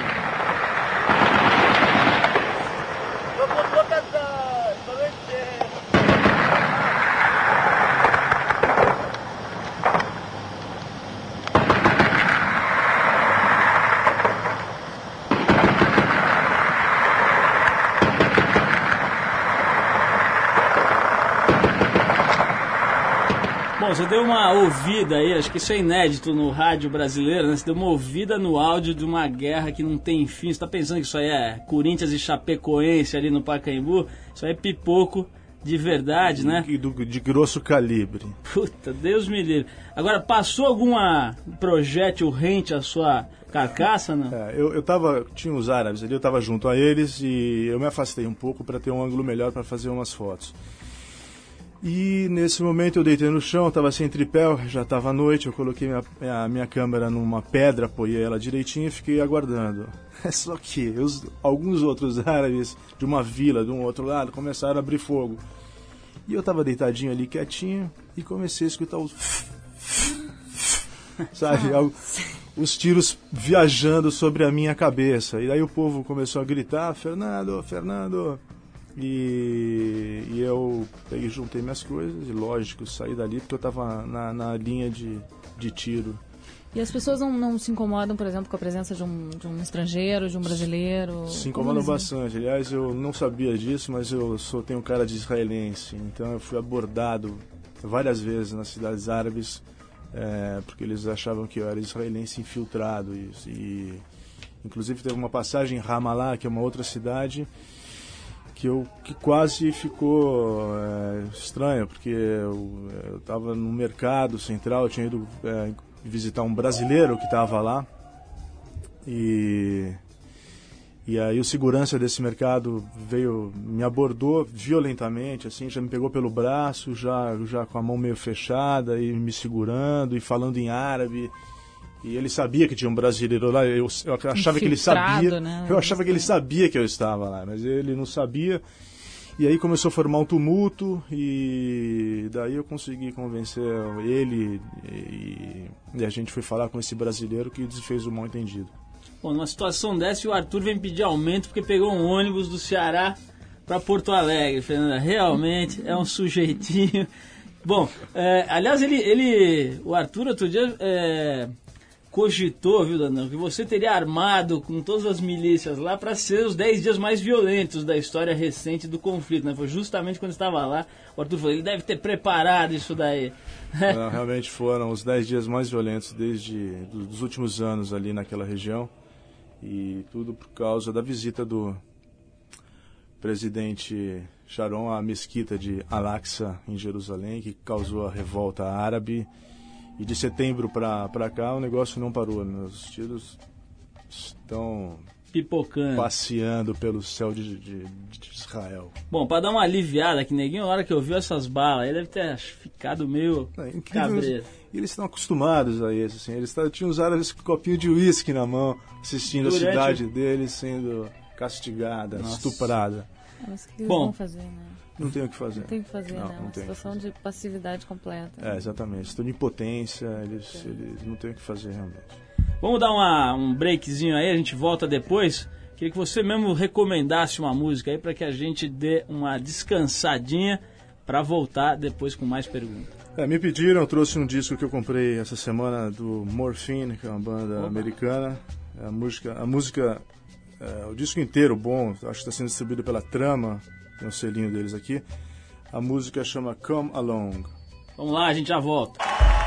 Bom, você deu uma ouvida aí, acho que isso é inédito no rádio brasileiro, né? Você deu uma ouvida no áudio de uma guerra que não tem fim. Você tá pensando que isso aí é Corinthians e Chapecoense ali no Pacaembu? Isso aí é pipoco de verdade, né? De grosso calibre. Puta, Deus me livre. Agora, passou alguma projétil rente à sua carcaça, não? Tinha os árabes ali, eu tava junto a eles e eu me afastei um pouco para ter um ângulo melhor para fazer umas fotos. E nesse momento eu deitei no chão, estava sem tripé, já estava à noite, eu coloquei a minha câmera numa pedra, apoiei ela direitinho e fiquei aguardando. Só que alguns outros árabes de uma vila, de um outro lado, começaram a abrir fogo. E eu estava deitadinho ali, quietinho, e comecei a escutar sabe, os tiros viajando sobre a minha cabeça. E aí o povo começou a gritar, Fernando, Fernando... E eu juntei minhas coisas e, lógico, saí dali porque eu estava na linha de tiro. E as pessoas não se incomodam, por exemplo, com a presença de um estrangeiro, de um brasileiro? Se incomodam bastante. Aliás, eu não sabia disso, mas eu tenho cara de israelense. Então eu fui abordado várias vezes nas cidades árabes porque eles achavam que eu era israelense infiltrado. E inclusive teve uma passagem em Ramallah, que é uma outra cidade, que quase ficou estranho, porque eu estava no mercado central, eu tinha ido visitar um brasileiro que estava lá, e aí o segurança desse mercado me abordou violentamente, assim, já me pegou pelo braço, já com a mão meio fechada, e me segurando, e falando em árabe. E ele sabia que tinha um brasileiro lá, eu achava que ele sabia, né? Eu achava que ele sabia que eu estava lá, mas ele não sabia. E aí começou a formar um tumulto, e daí eu consegui convencer ele, e a gente foi falar com esse brasileiro que desfez o mal entendido. Bom, numa situação dessa, o Arthur vem pedir aumento porque pegou um ônibus do Ceará para Porto Alegre, Fernanda. Realmente é um sujeitinho. Bom, aliás, o Arthur outro dia... cogitou, viu, Danão, que você teria armado com todas as milícias lá para ser os 10 dias mais violentos da história recente do conflito, né? Foi justamente quando estava lá, o Arthur falou, ele deve ter preparado isso daí. Não, realmente foram os 10 dias mais violentos dos últimos anos ali naquela região, e tudo por causa da visita do presidente Sharon à mesquita de Al-Aqsa, em Jerusalém, que causou a revolta árabe. E de setembro para cá o negócio não parou, né? Os tiros estão pipocando, passeando pelo céu de Israel. Bom, para dar uma aliviada, que neguinho, na hora que eu vi essas balas, ele deve ter ficado meio cabreiro. E eles estão acostumados a isso, assim. Tinham os árabes com um copinho de uísque na mão, assistindo a cidade deles sendo castigada, estuprada. Mas o que eles vão fazer, né? Não tem o que fazer. Não tem o que fazer, né? Uma situação de passividade completa. Exatamente. Estão de impotência, eles não têm o que fazer realmente. Vamos dar um breakzinho aí, a gente volta depois. Queria que você mesmo recomendasse uma música aí para que a gente dê uma descansadinha para voltar depois com mais perguntas. Me pediram, eu trouxe um disco que eu comprei essa semana do Morphine, que é uma banda americana. A música o disco inteiro bom, acho que está sendo distribuído pela Trama, tem um selinho deles aqui. A música chama Come Along. Vamos lá, a gente já volta.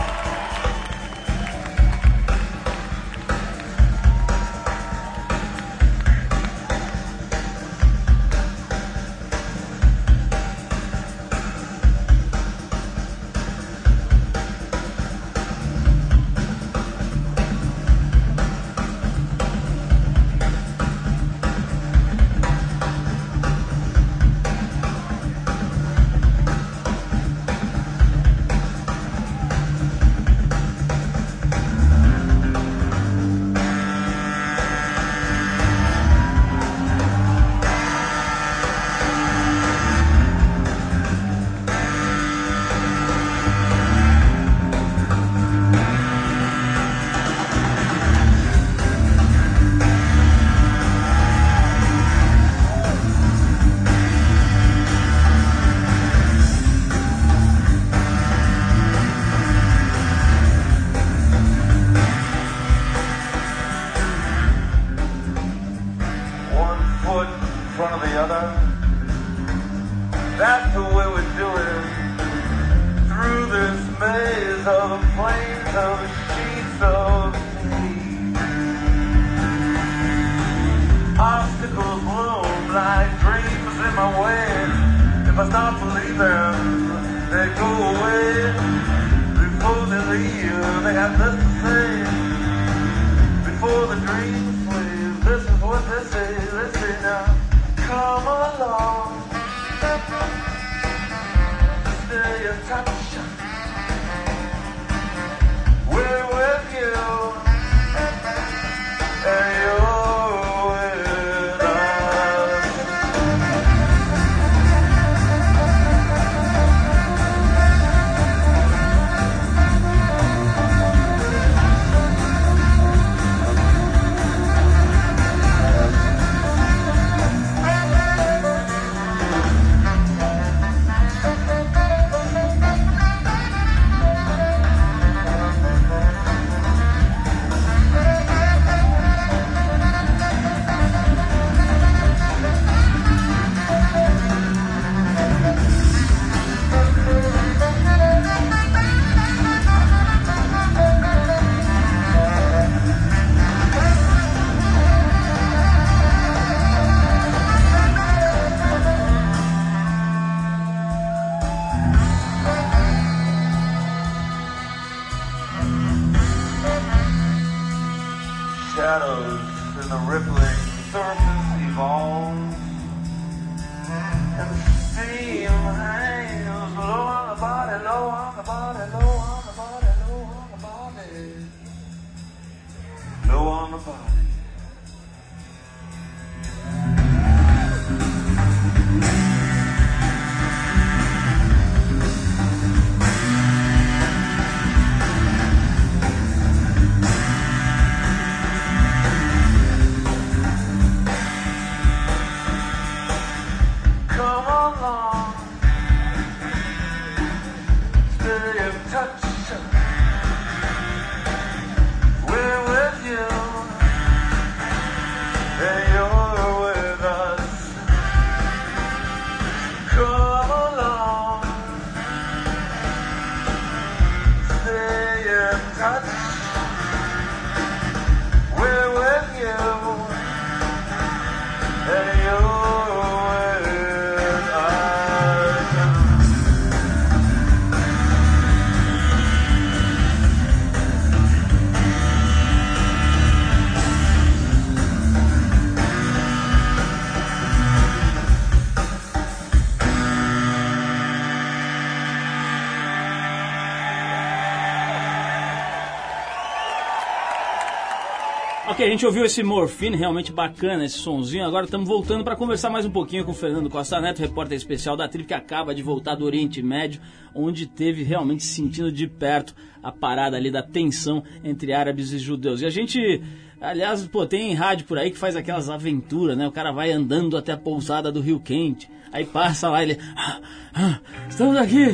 Ok, a gente ouviu esse Morphine, realmente bacana esse sonzinho. Agora estamos voltando para conversar mais um pouquinho com o Fernando Costa Neto, repórter especial da Trip, que acaba de voltar do Oriente Médio, onde teve realmente sentindo de perto a parada ali da tensão entre árabes e judeus. E a gente, aliás, tem rádio por aí que faz aquelas aventuras, né? O cara vai andando até a pousada do Rio Quente, aí passa lá, ele... estamos aqui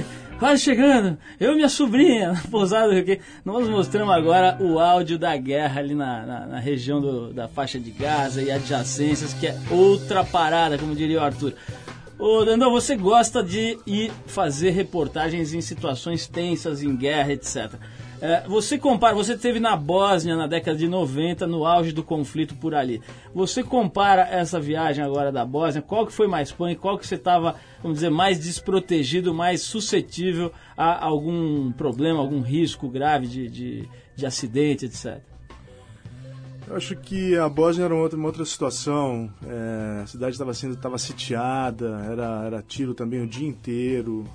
quase chegando, eu e minha sobrinha, na pousada do Rio. Nós mostramos agora o áudio da guerra ali na região da faixa de Gaza e adjacências, que é outra parada, como diria o Arthur. Ô, Dandão, você gosta de ir fazer reportagens em situações tensas, em guerra, etc. Você esteve na Bósnia na década de 90, no auge do conflito por ali. Você compara essa viagem agora da Bósnia, qual que foi mais punk, qual que você estava, vamos dizer, mais desprotegido, mais suscetível a algum problema, algum risco grave de acidente, etc.? Eu acho que a Bósnia era uma outra situação. A cidade estava sitiada, era tiro também o dia inteiro,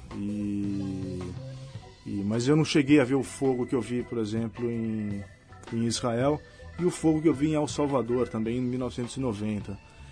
mas eu não cheguei a ver o fogo que eu vi, por exemplo, em Israel, e o fogo que eu vi em El Salvador também em 1990.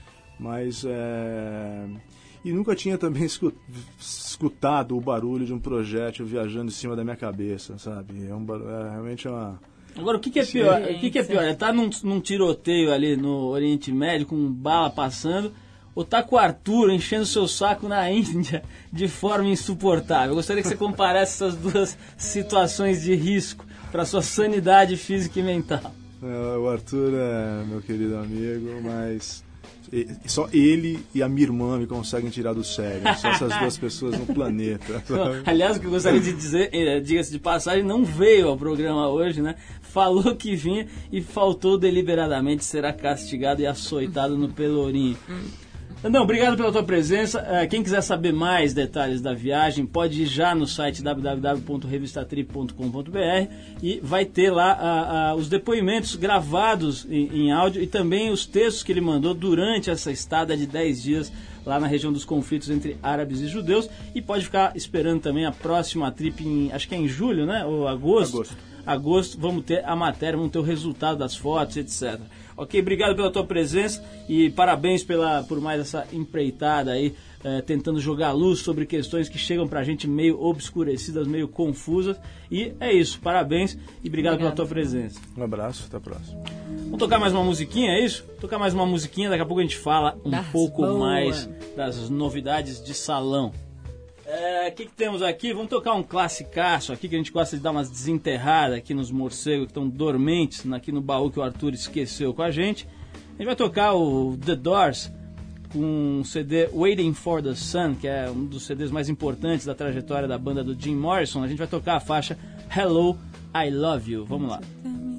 E nunca tinha também escutado o barulho de um projétil viajando em cima da minha cabeça, sabe? Realmente uma... Agora, o que é pior? O que é pior? É estar num tiroteio ali no Oriente Médio, com bala passando, ou tá com o Arthur enchendo seu saco na Índia de forma insuportável? Eu gostaria que você comparasse essas duas situações de risco para sua sanidade física e mental. O Arthur é meu querido amigo, mas só ele e a minha irmã me conseguem tirar do sério. Só essas duas pessoas no planeta. Aliás, o que eu gostaria de dizer, diga-se de passagem, não veio ao programa hoje, né? Falou que vinha e faltou deliberadamente, será castigado e açoitado no Pelourinho. Não, obrigado pela tua presença. Quem quiser saber mais detalhes da viagem, pode ir já no site www.revistatrip.com.br e vai ter lá os depoimentos gravados em áudio e também os textos que ele mandou durante essa estada de 10 dias lá na região dos conflitos entre árabes e judeus. E pode ficar esperando também a próxima trip, acho que é em julho, né? Ou agosto. Agosto, vamos ter a matéria, vamos ter o resultado das fotos, etc. Ok, obrigado pela tua presença e parabéns por mais essa empreitada aí, tentando jogar luz sobre questões que chegam pra gente meio obscurecidas, meio confusas. E é isso, parabéns e obrigado pela tua presença. Um abraço, até a próxima. Vamos tocar mais uma musiquinha, é isso? Tocar mais uma musiquinha, daqui a pouco a gente fala um pouco mais das novidades de salão. O que temos aqui? Vamos tocar um classicaço aqui, que a gente gosta de dar umas desenterradas aqui nos morcegos que estão dormentes aqui no baú que o Arthur esqueceu com a gente. A gente vai tocar o The Doors com o CD Waiting for the Sun, que é um dos CDs mais importantes da trajetória da banda do Jim Morrison. A gente vai tocar a faixa Hello, I Love You. Vamos lá.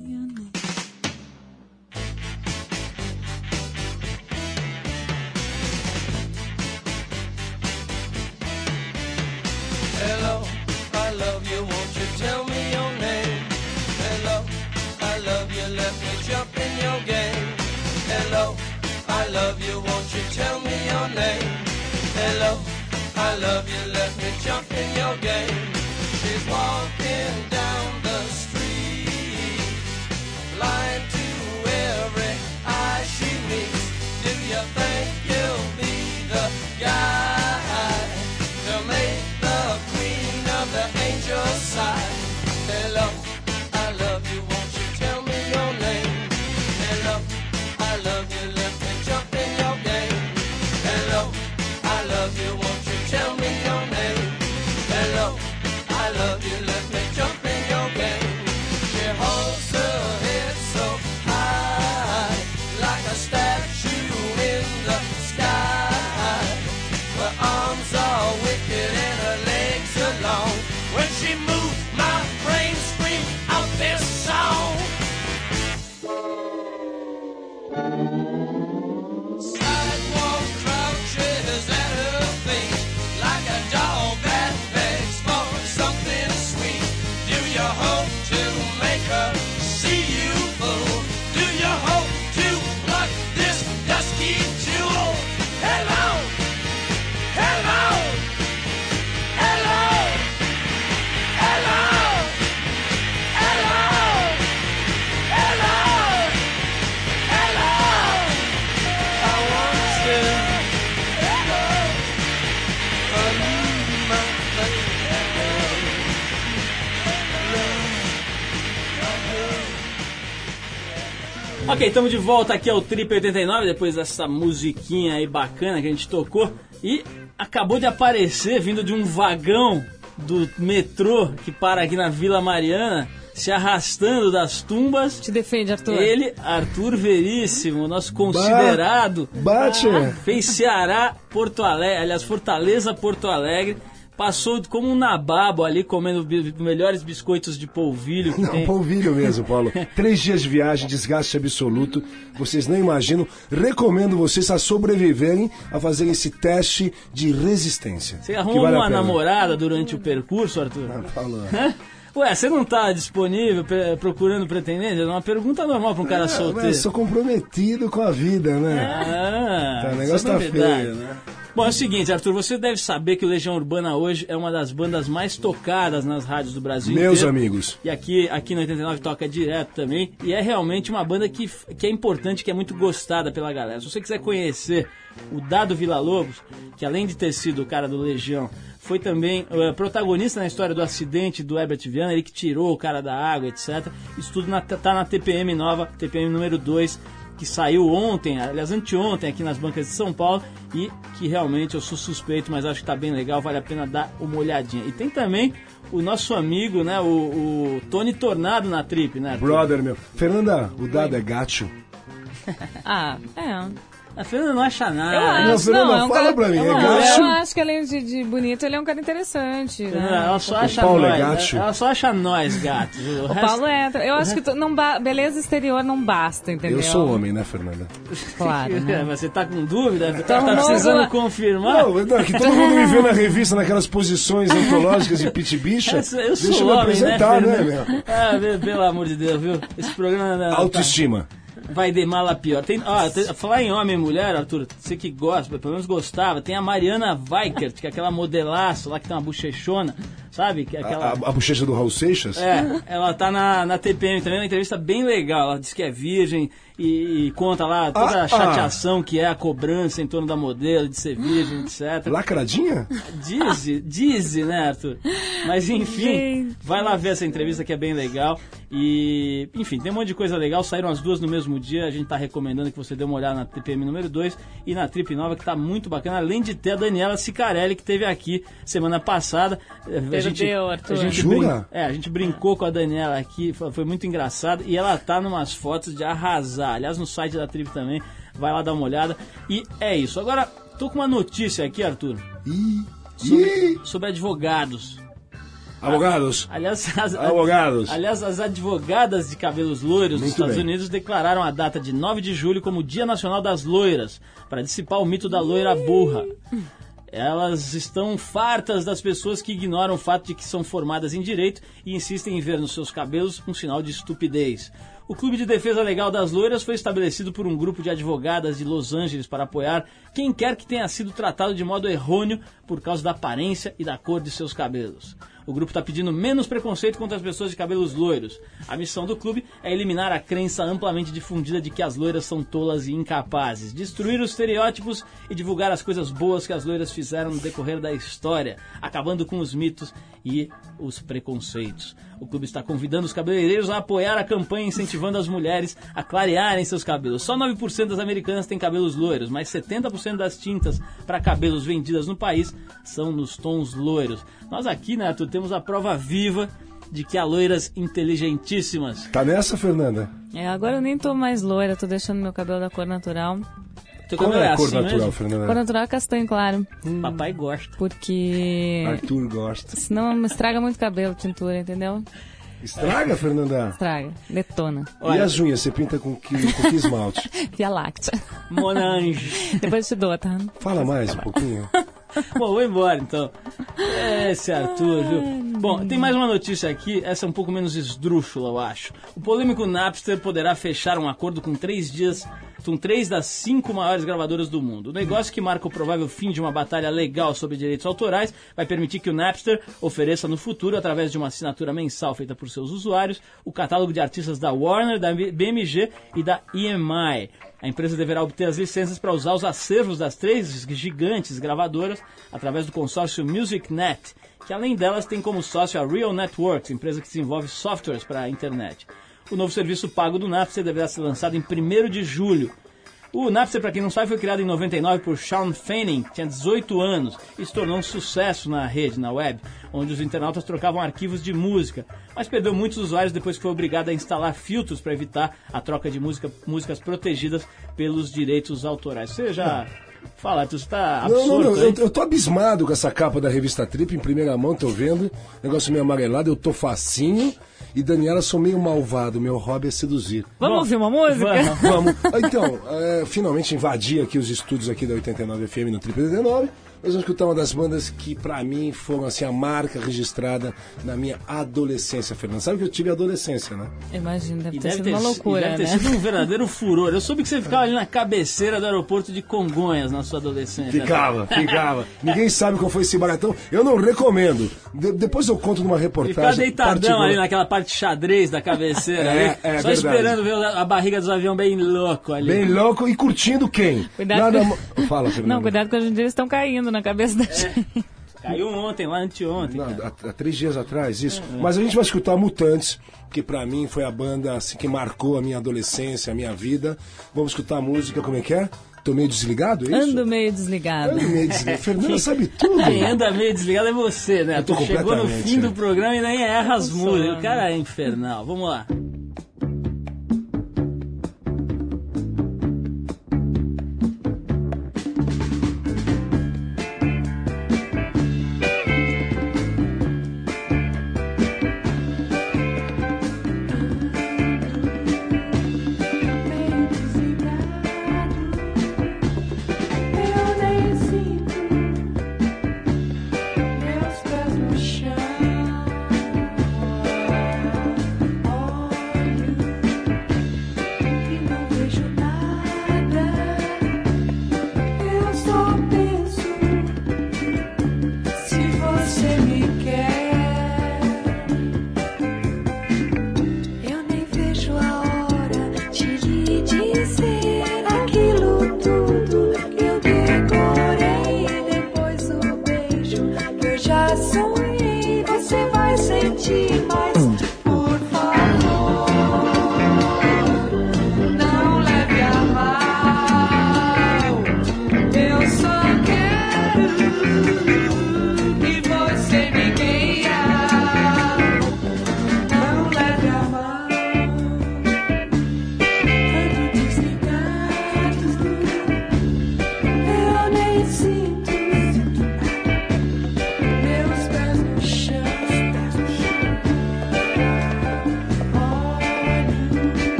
Hello, I love you, won't you tell me your name? Hello, I love you, let me jump in your game. Hello, I love you, won't you tell me your name? Hello, I love you, let me jump in your game. She's walking down the street, blind to every eye she meets. Do you think you'll be the guy to make the queen of the angels sigh? Hello, I love you, won't you tell me your name? Hello, I love you, let me jump in your game. Hello, I love you, won't you tell me your name? Hello, I love you, let me jump in your game. She holds her head so high, like a statue in the sky. Her arms are wicked and her legs are long. When she moves, my brain screams out this song. Sidewalk crouches at her feet, like a dog that begs for something sweet. Do you hope to make her see you, fool? Do you hope to pluck this dusky jewel? Hello, hello, hello, hello, hello, hello, hello. I want you, hello, my Ok, estamos de volta aqui ao Trip 89, depois dessa musiquinha aí bacana que a gente tocou. E acabou de aparecer, vindo de um vagão do metrô que para aqui na Vila Mariana, se arrastando das tumbas. Te defende, Arthur. Ele, Arthur Veríssimo, nosso considerado. Bate! Fez Ceará, Porto Alegre, aliás, Fortaleza, Porto Alegre. Passou como um nababo ali, comendo melhores biscoitos de polvilho que tem. Polvilho mesmo, Paulo. 3 dias de viagem, desgaste absoluto. Vocês não imaginam. Recomendo vocês a sobreviverem a fazerem esse teste de resistência. Você arrumou uma namorada durante o percurso, Arthur? Paulo. Ué, você não tá disponível procurando pretendente? É uma pergunta normal pra um cara solteiro. Sou comprometido com a vida, né? Então, o negócio tá feio, né? Bom, é o seguinte, Arthur, você deve saber que o Legião Urbana hoje é uma das bandas mais tocadas nas rádios do Brasil Meus inteiro. amigos. E aqui no 89 toca direto também. E é realmente uma banda que é importante, que é muito gostada pela galera. Se você quiser conhecer o Dado Villa-Lobos, que além de ter sido o cara do Legião, foi também protagonista na história do acidente do Herbert Viana, ele que tirou o cara da água, etc. Isso tudo tá na TPM nova, TPM número 2, que saiu ontem, aliás, anteontem, aqui nas bancas de São Paulo, e que realmente eu sou suspeito, mas acho que tá bem legal, vale a pena dar uma olhadinha. E tem também o nosso amigo, né, o Tony Tornado na Trip, né? Brother, meu. Fernanda, o Dado é gacho? A Fernanda não acha nada. Eu acho, Fernanda, é um fala cara, pra mim, é não, gacho? eu acho que além de bonito, ele é um cara interessante, né? Ela só acha Paulo nós, é gato. Ela só acha nós, gato. O Paulo é. Eu acho que beleza exterior não basta, entendeu? Eu sou homem, né, Fernanda? Claro. Né? Você tá com dúvida? Então, tá precisando confirmar? Não, que todo mundo me vê na revista naquelas posições antológicas de pit bicha. Eu sou Deixa eu me homem, apresentar, né, meu? Pelo amor de Deus, viu? Esse programa... Autoestima. Vai de mal a pior. Falar em homem e mulher, Arthur, você que gosta, pelo menos gostava, tem a Mariana Weikert, que é aquela modelaço lá que tem uma bochechona, sabe? Que é aquela... a bochecha do Raul Seixas? Ela tá na TPM também, uma entrevista bem legal. Ela diz que é virgem e conta lá toda a chateação que é a cobrança em torno da modelo, de ser virgem, etc. Lacradinha? Diz, né, Arthur? Mas enfim, vai lá ver essa entrevista que é bem legal. E, enfim, tem um monte de coisa legal. Saíram as duas no mesmo dia. A gente tá recomendando que você dê uma olhada na TPM número 2 e na Trip Nova, que tá muito bacana. Além de ter a Daniela Sicarelli, que esteve aqui semana passada. A gente brincou com a Daniela aqui, foi muito engraçado. E ela tá numas fotos de arrasar. Aliás, no site da Trip também, vai lá dar uma olhada. E é isso. Agora, tô com uma notícia aqui, Arthur. Sobre advogados. Advogados? Aliás, as advogadas de cabelos loiros dos Estados Unidos declararam a data de 9 de julho como Dia Nacional das Loiras, para dissipar o mito da loira burra. Elas estão fartas das pessoas que ignoram o fato de que são formadas em direito e insistem em ver nos seus cabelos um sinal de estupidez. O Clube de Defesa Legal das Loiras foi estabelecido por um grupo de advogadas de Los Angeles para apoiar quem quer que tenha sido tratado de modo errôneo por causa da aparência e da cor de seus cabelos. O grupo está pedindo menos preconceito contra as pessoas de cabelos loiros. A missão do clube é eliminar a crença amplamente difundida de que as loiras são tolas e incapazes, destruir os estereótipos e divulgar as coisas boas que as loiras fizeram no decorrer da história, acabando com os mitos e os preconceitos. O clube está convidando os cabeleireiros a apoiar a campanha incentivando as mulheres a clarearem seus cabelos. Só 9% das americanas têm cabelos loiros, mas 70% das tintas para cabelos vendidas no país são nos tons loiros. Nós aqui, né, Arthur, temos a prova viva de que há loiras inteligentíssimas. Tá nessa, Fernanda? Agora eu nem tô mais loira, tô deixando meu cabelo da cor natural. Qual é a cor natural, Fernanda? Cor natural é castanho claro. Papai gosta. Porque... Arthur gosta. Senão estraga muito cabelo, tintura, entendeu? Estraga, Fernanda? Estraga, detona. E as unhas, você pinta com que esmalte? Via Láctea. Monange. Depois te dou, tá? Fala mais um pouquinho. Bom, vou embora então. Esse Arthur, viu? Bom, tem mais uma notícia aqui, essa é um pouco menos esdrúxula, eu acho. O polêmico Napster poderá fechar um acordo com 3 das 5 maiores gravadoras do mundo. O negócio, que marca o provável fim de uma batalha legal sobre direitos autorais, vai permitir que o Napster ofereça no futuro, através de uma assinatura mensal feita por seus usuários, o catálogo de artistas da Warner, da BMG e da EMI. A empresa deverá obter as licenças para usar os acervos das 3 gigantes gravadoras através do consórcio MusicNet, que além delas tem como sócio a Real Networks, empresa que desenvolve softwares para a internet. O novo serviço pago do Napster deverá ser lançado em 1º de julho. O Napster, para quem não sabe, foi criado em 99 por Sean Fanning, que tinha 18 anos, e se tornou um sucesso na rede, na web, onde os internautas trocavam arquivos de música, mas perdeu muitos usuários depois que foi obrigado a instalar filtros para evitar a troca de músicas protegidas pelos direitos autorais. Você já... Fala, tu está absurdo. Não, eu tô abismado com essa capa da revista Trip, em primeira mão, tô vendo, negócio meio amarelado, eu tô facinho, e Daniela, sou meio malvado, meu hobby é seduzir. Vamos ouvir uma música? Vamos. Então, finalmente invadi aqui os estúdios aqui da 89 FM no Trip 89. Nós vamos escutar uma das bandas que, pra mim, foram assim, a marca registrada na minha adolescência, Fernando. Sabe que eu tive adolescência, né? Imagina, deve ter sido uma loucura, né? Deve ter sido um verdadeiro furor. Eu soube que você ficava ali na cabeceira do aeroporto de Congonhas na sua adolescência. Ficava. Ninguém sabe qual foi esse baratão. Eu não recomendo. Depois eu conto numa reportagem. Ficar deitadão ali naquela parte xadrez da cabeceira. Só verdade. Esperando ver a barriga dos aviões bem louco ali. Bem louco e curtindo quem? Cuidado. Fala, Fernando. Não, cuidado que hoje em dia eles estão caindo na cabeça da gente. Caiu ontem, lá anteontem. Há 3 dias atrás, isso. Mas a gente vai escutar Mutantes, que pra mim foi a banda assim, que marcou a minha adolescência, a minha vida. Vamos escutar a música, como é que é? Tô meio desligado, é isso? Ando meio desligado. Fernanda sabe tudo. Quem anda meio desligado é você, né? Tu chegou no fim do programa e nem erra as músicas. O cara é infernal. Vamos lá.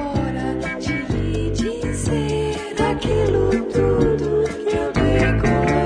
Aquilo tudo que eu decorei.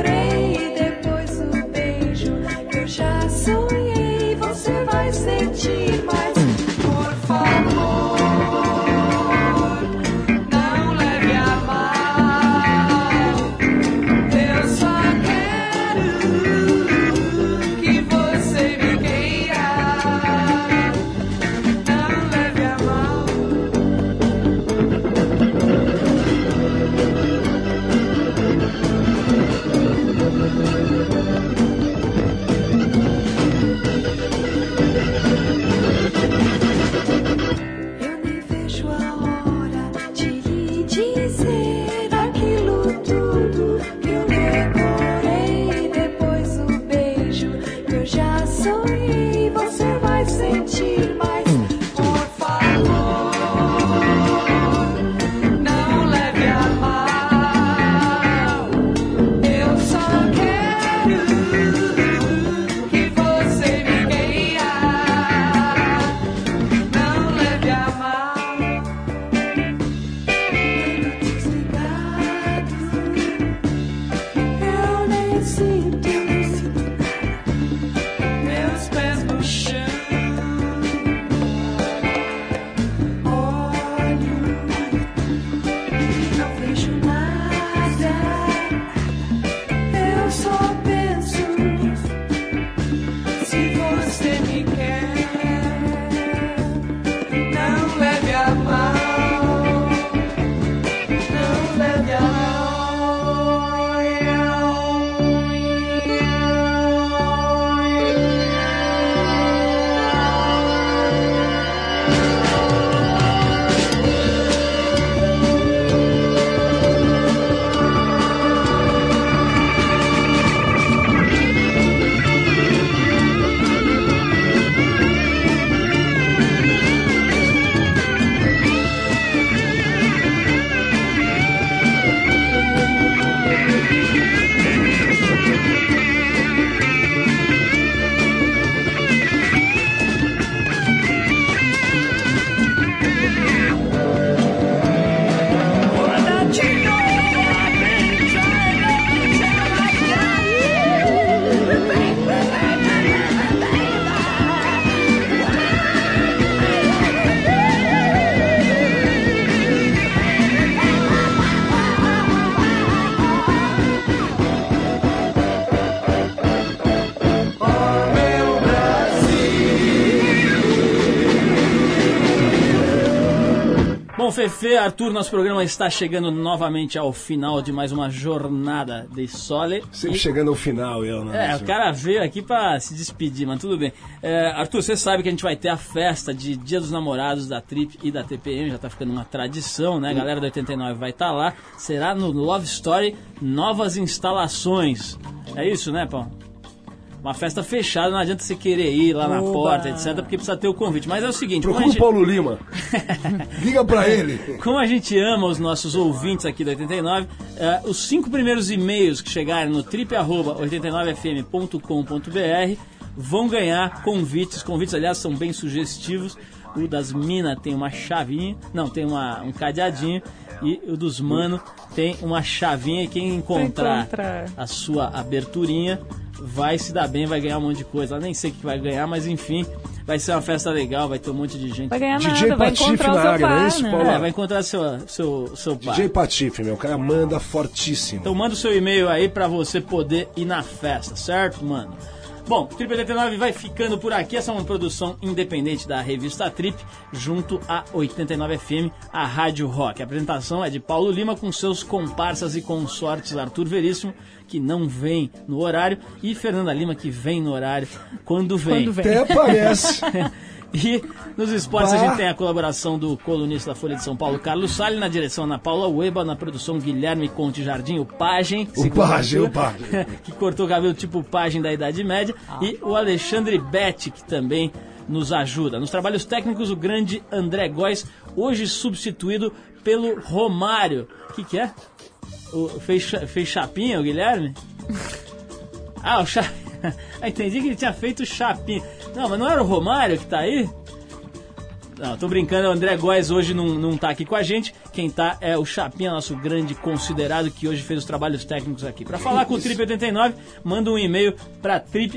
Fefe, Arthur, nosso programa está chegando novamente ao final de mais uma jornada de Sole. Sempre chegando ao final, né? O cara veio aqui pra se despedir, mas tudo bem. Arthur, você sabe que a gente vai ter a festa de Dia dos Namorados da Trip e da TPM, já tá ficando uma tradição, né? A galera do 89 vai estar lá. Será no Love Story, novas instalações. É isso, né, Paulo? Uma festa fechada, não adianta você querer ir lá na porta, etc, porque precisa ter o convite. Mas é o seguinte... Procura o Paulo Lima. Liga pra ele. Como a gente ama os nossos ouvintes aqui do 89, os 5 primeiros e-mails que chegarem no trip@89fm.com.br vão ganhar convites. Convites, aliás, são bem sugestivos. O das minas tem uma chavinha, não, tem um cadeadinho. E o dos mano tem uma chavinha. E quem encontrar a sua aberturinha vai se dar bem, vai ganhar um monte de coisa. Eu nem sei o que vai ganhar, mas enfim, vai ser uma festa legal, vai ter um monte de gente. Vai ganhar DJ nada, vai Patife encontrar o seu área, par, não é isso, né? Paulo? Vai encontrar seu par. DJ Patife, meu, o cara manda fortíssimo. Então manda o seu e-mail aí pra você poder ir na festa, certo, mano? Bom, o Trip 89 vai ficando por aqui. Essa é uma produção independente da revista Trip, junto à 89 FM, a Rádio Rock. A apresentação é de Paulo Lima, com seus comparsas e consortes Arthur Veríssimo, que não vem no horário, e Fernanda Lima, que vem no horário quando vem. Até aparece. E nos esportes a gente tem a colaboração do colunista da Folha de São Paulo, Carlos Salles, na direção Ana Paula Ueba, na produção Guilherme Conte Jardim, o Pajem. O Pajem. Que cortou o cabelo tipo o Pajem da Idade Média. E o Alexandre Betti, que também nos ajuda. Nos trabalhos técnicos, o grande André Góes, hoje substituído pelo Romário. O que é? Fez chapinha, o Guilherme? O chapinha. Entendi que ele tinha feito chapinha. Não, mas não era o Romário que tá aí? Não, tô brincando, o André Góes hoje não tá aqui com a gente. Quem tá é o Chapinha, nosso grande considerado, que hoje fez os trabalhos técnicos aqui. Pra falar com o Trip 89, manda um e-mail pra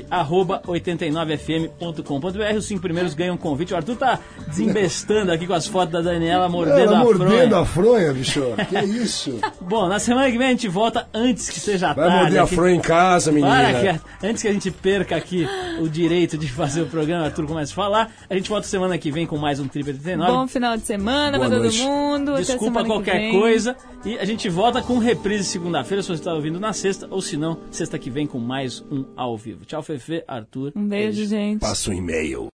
trip@89fm.com.br. Os 5 primeiros ganham um convite. O Arthur tá desembestando aqui com as fotos da Daniela mordendo a fronha. Mordendo a fronha, bicho. Que é isso? Bom, na semana que vem a gente volta antes que seja tarde. Vai morder a fronha em casa, menina. Antes que a gente perca aqui o direito de fazer o programa, o Arthur começa a falar. A gente volta semana que vem com mais um Trip 89. Bom final de semana pra todo mundo. Desculpa qualquer coisa. E a gente volta com reprise segunda-feira, se você está ouvindo na sexta, ou se não, sexta que vem com mais um ao vivo. Tchau, Fefe, Arthur. Um beijo, gente. Passa um e-mail.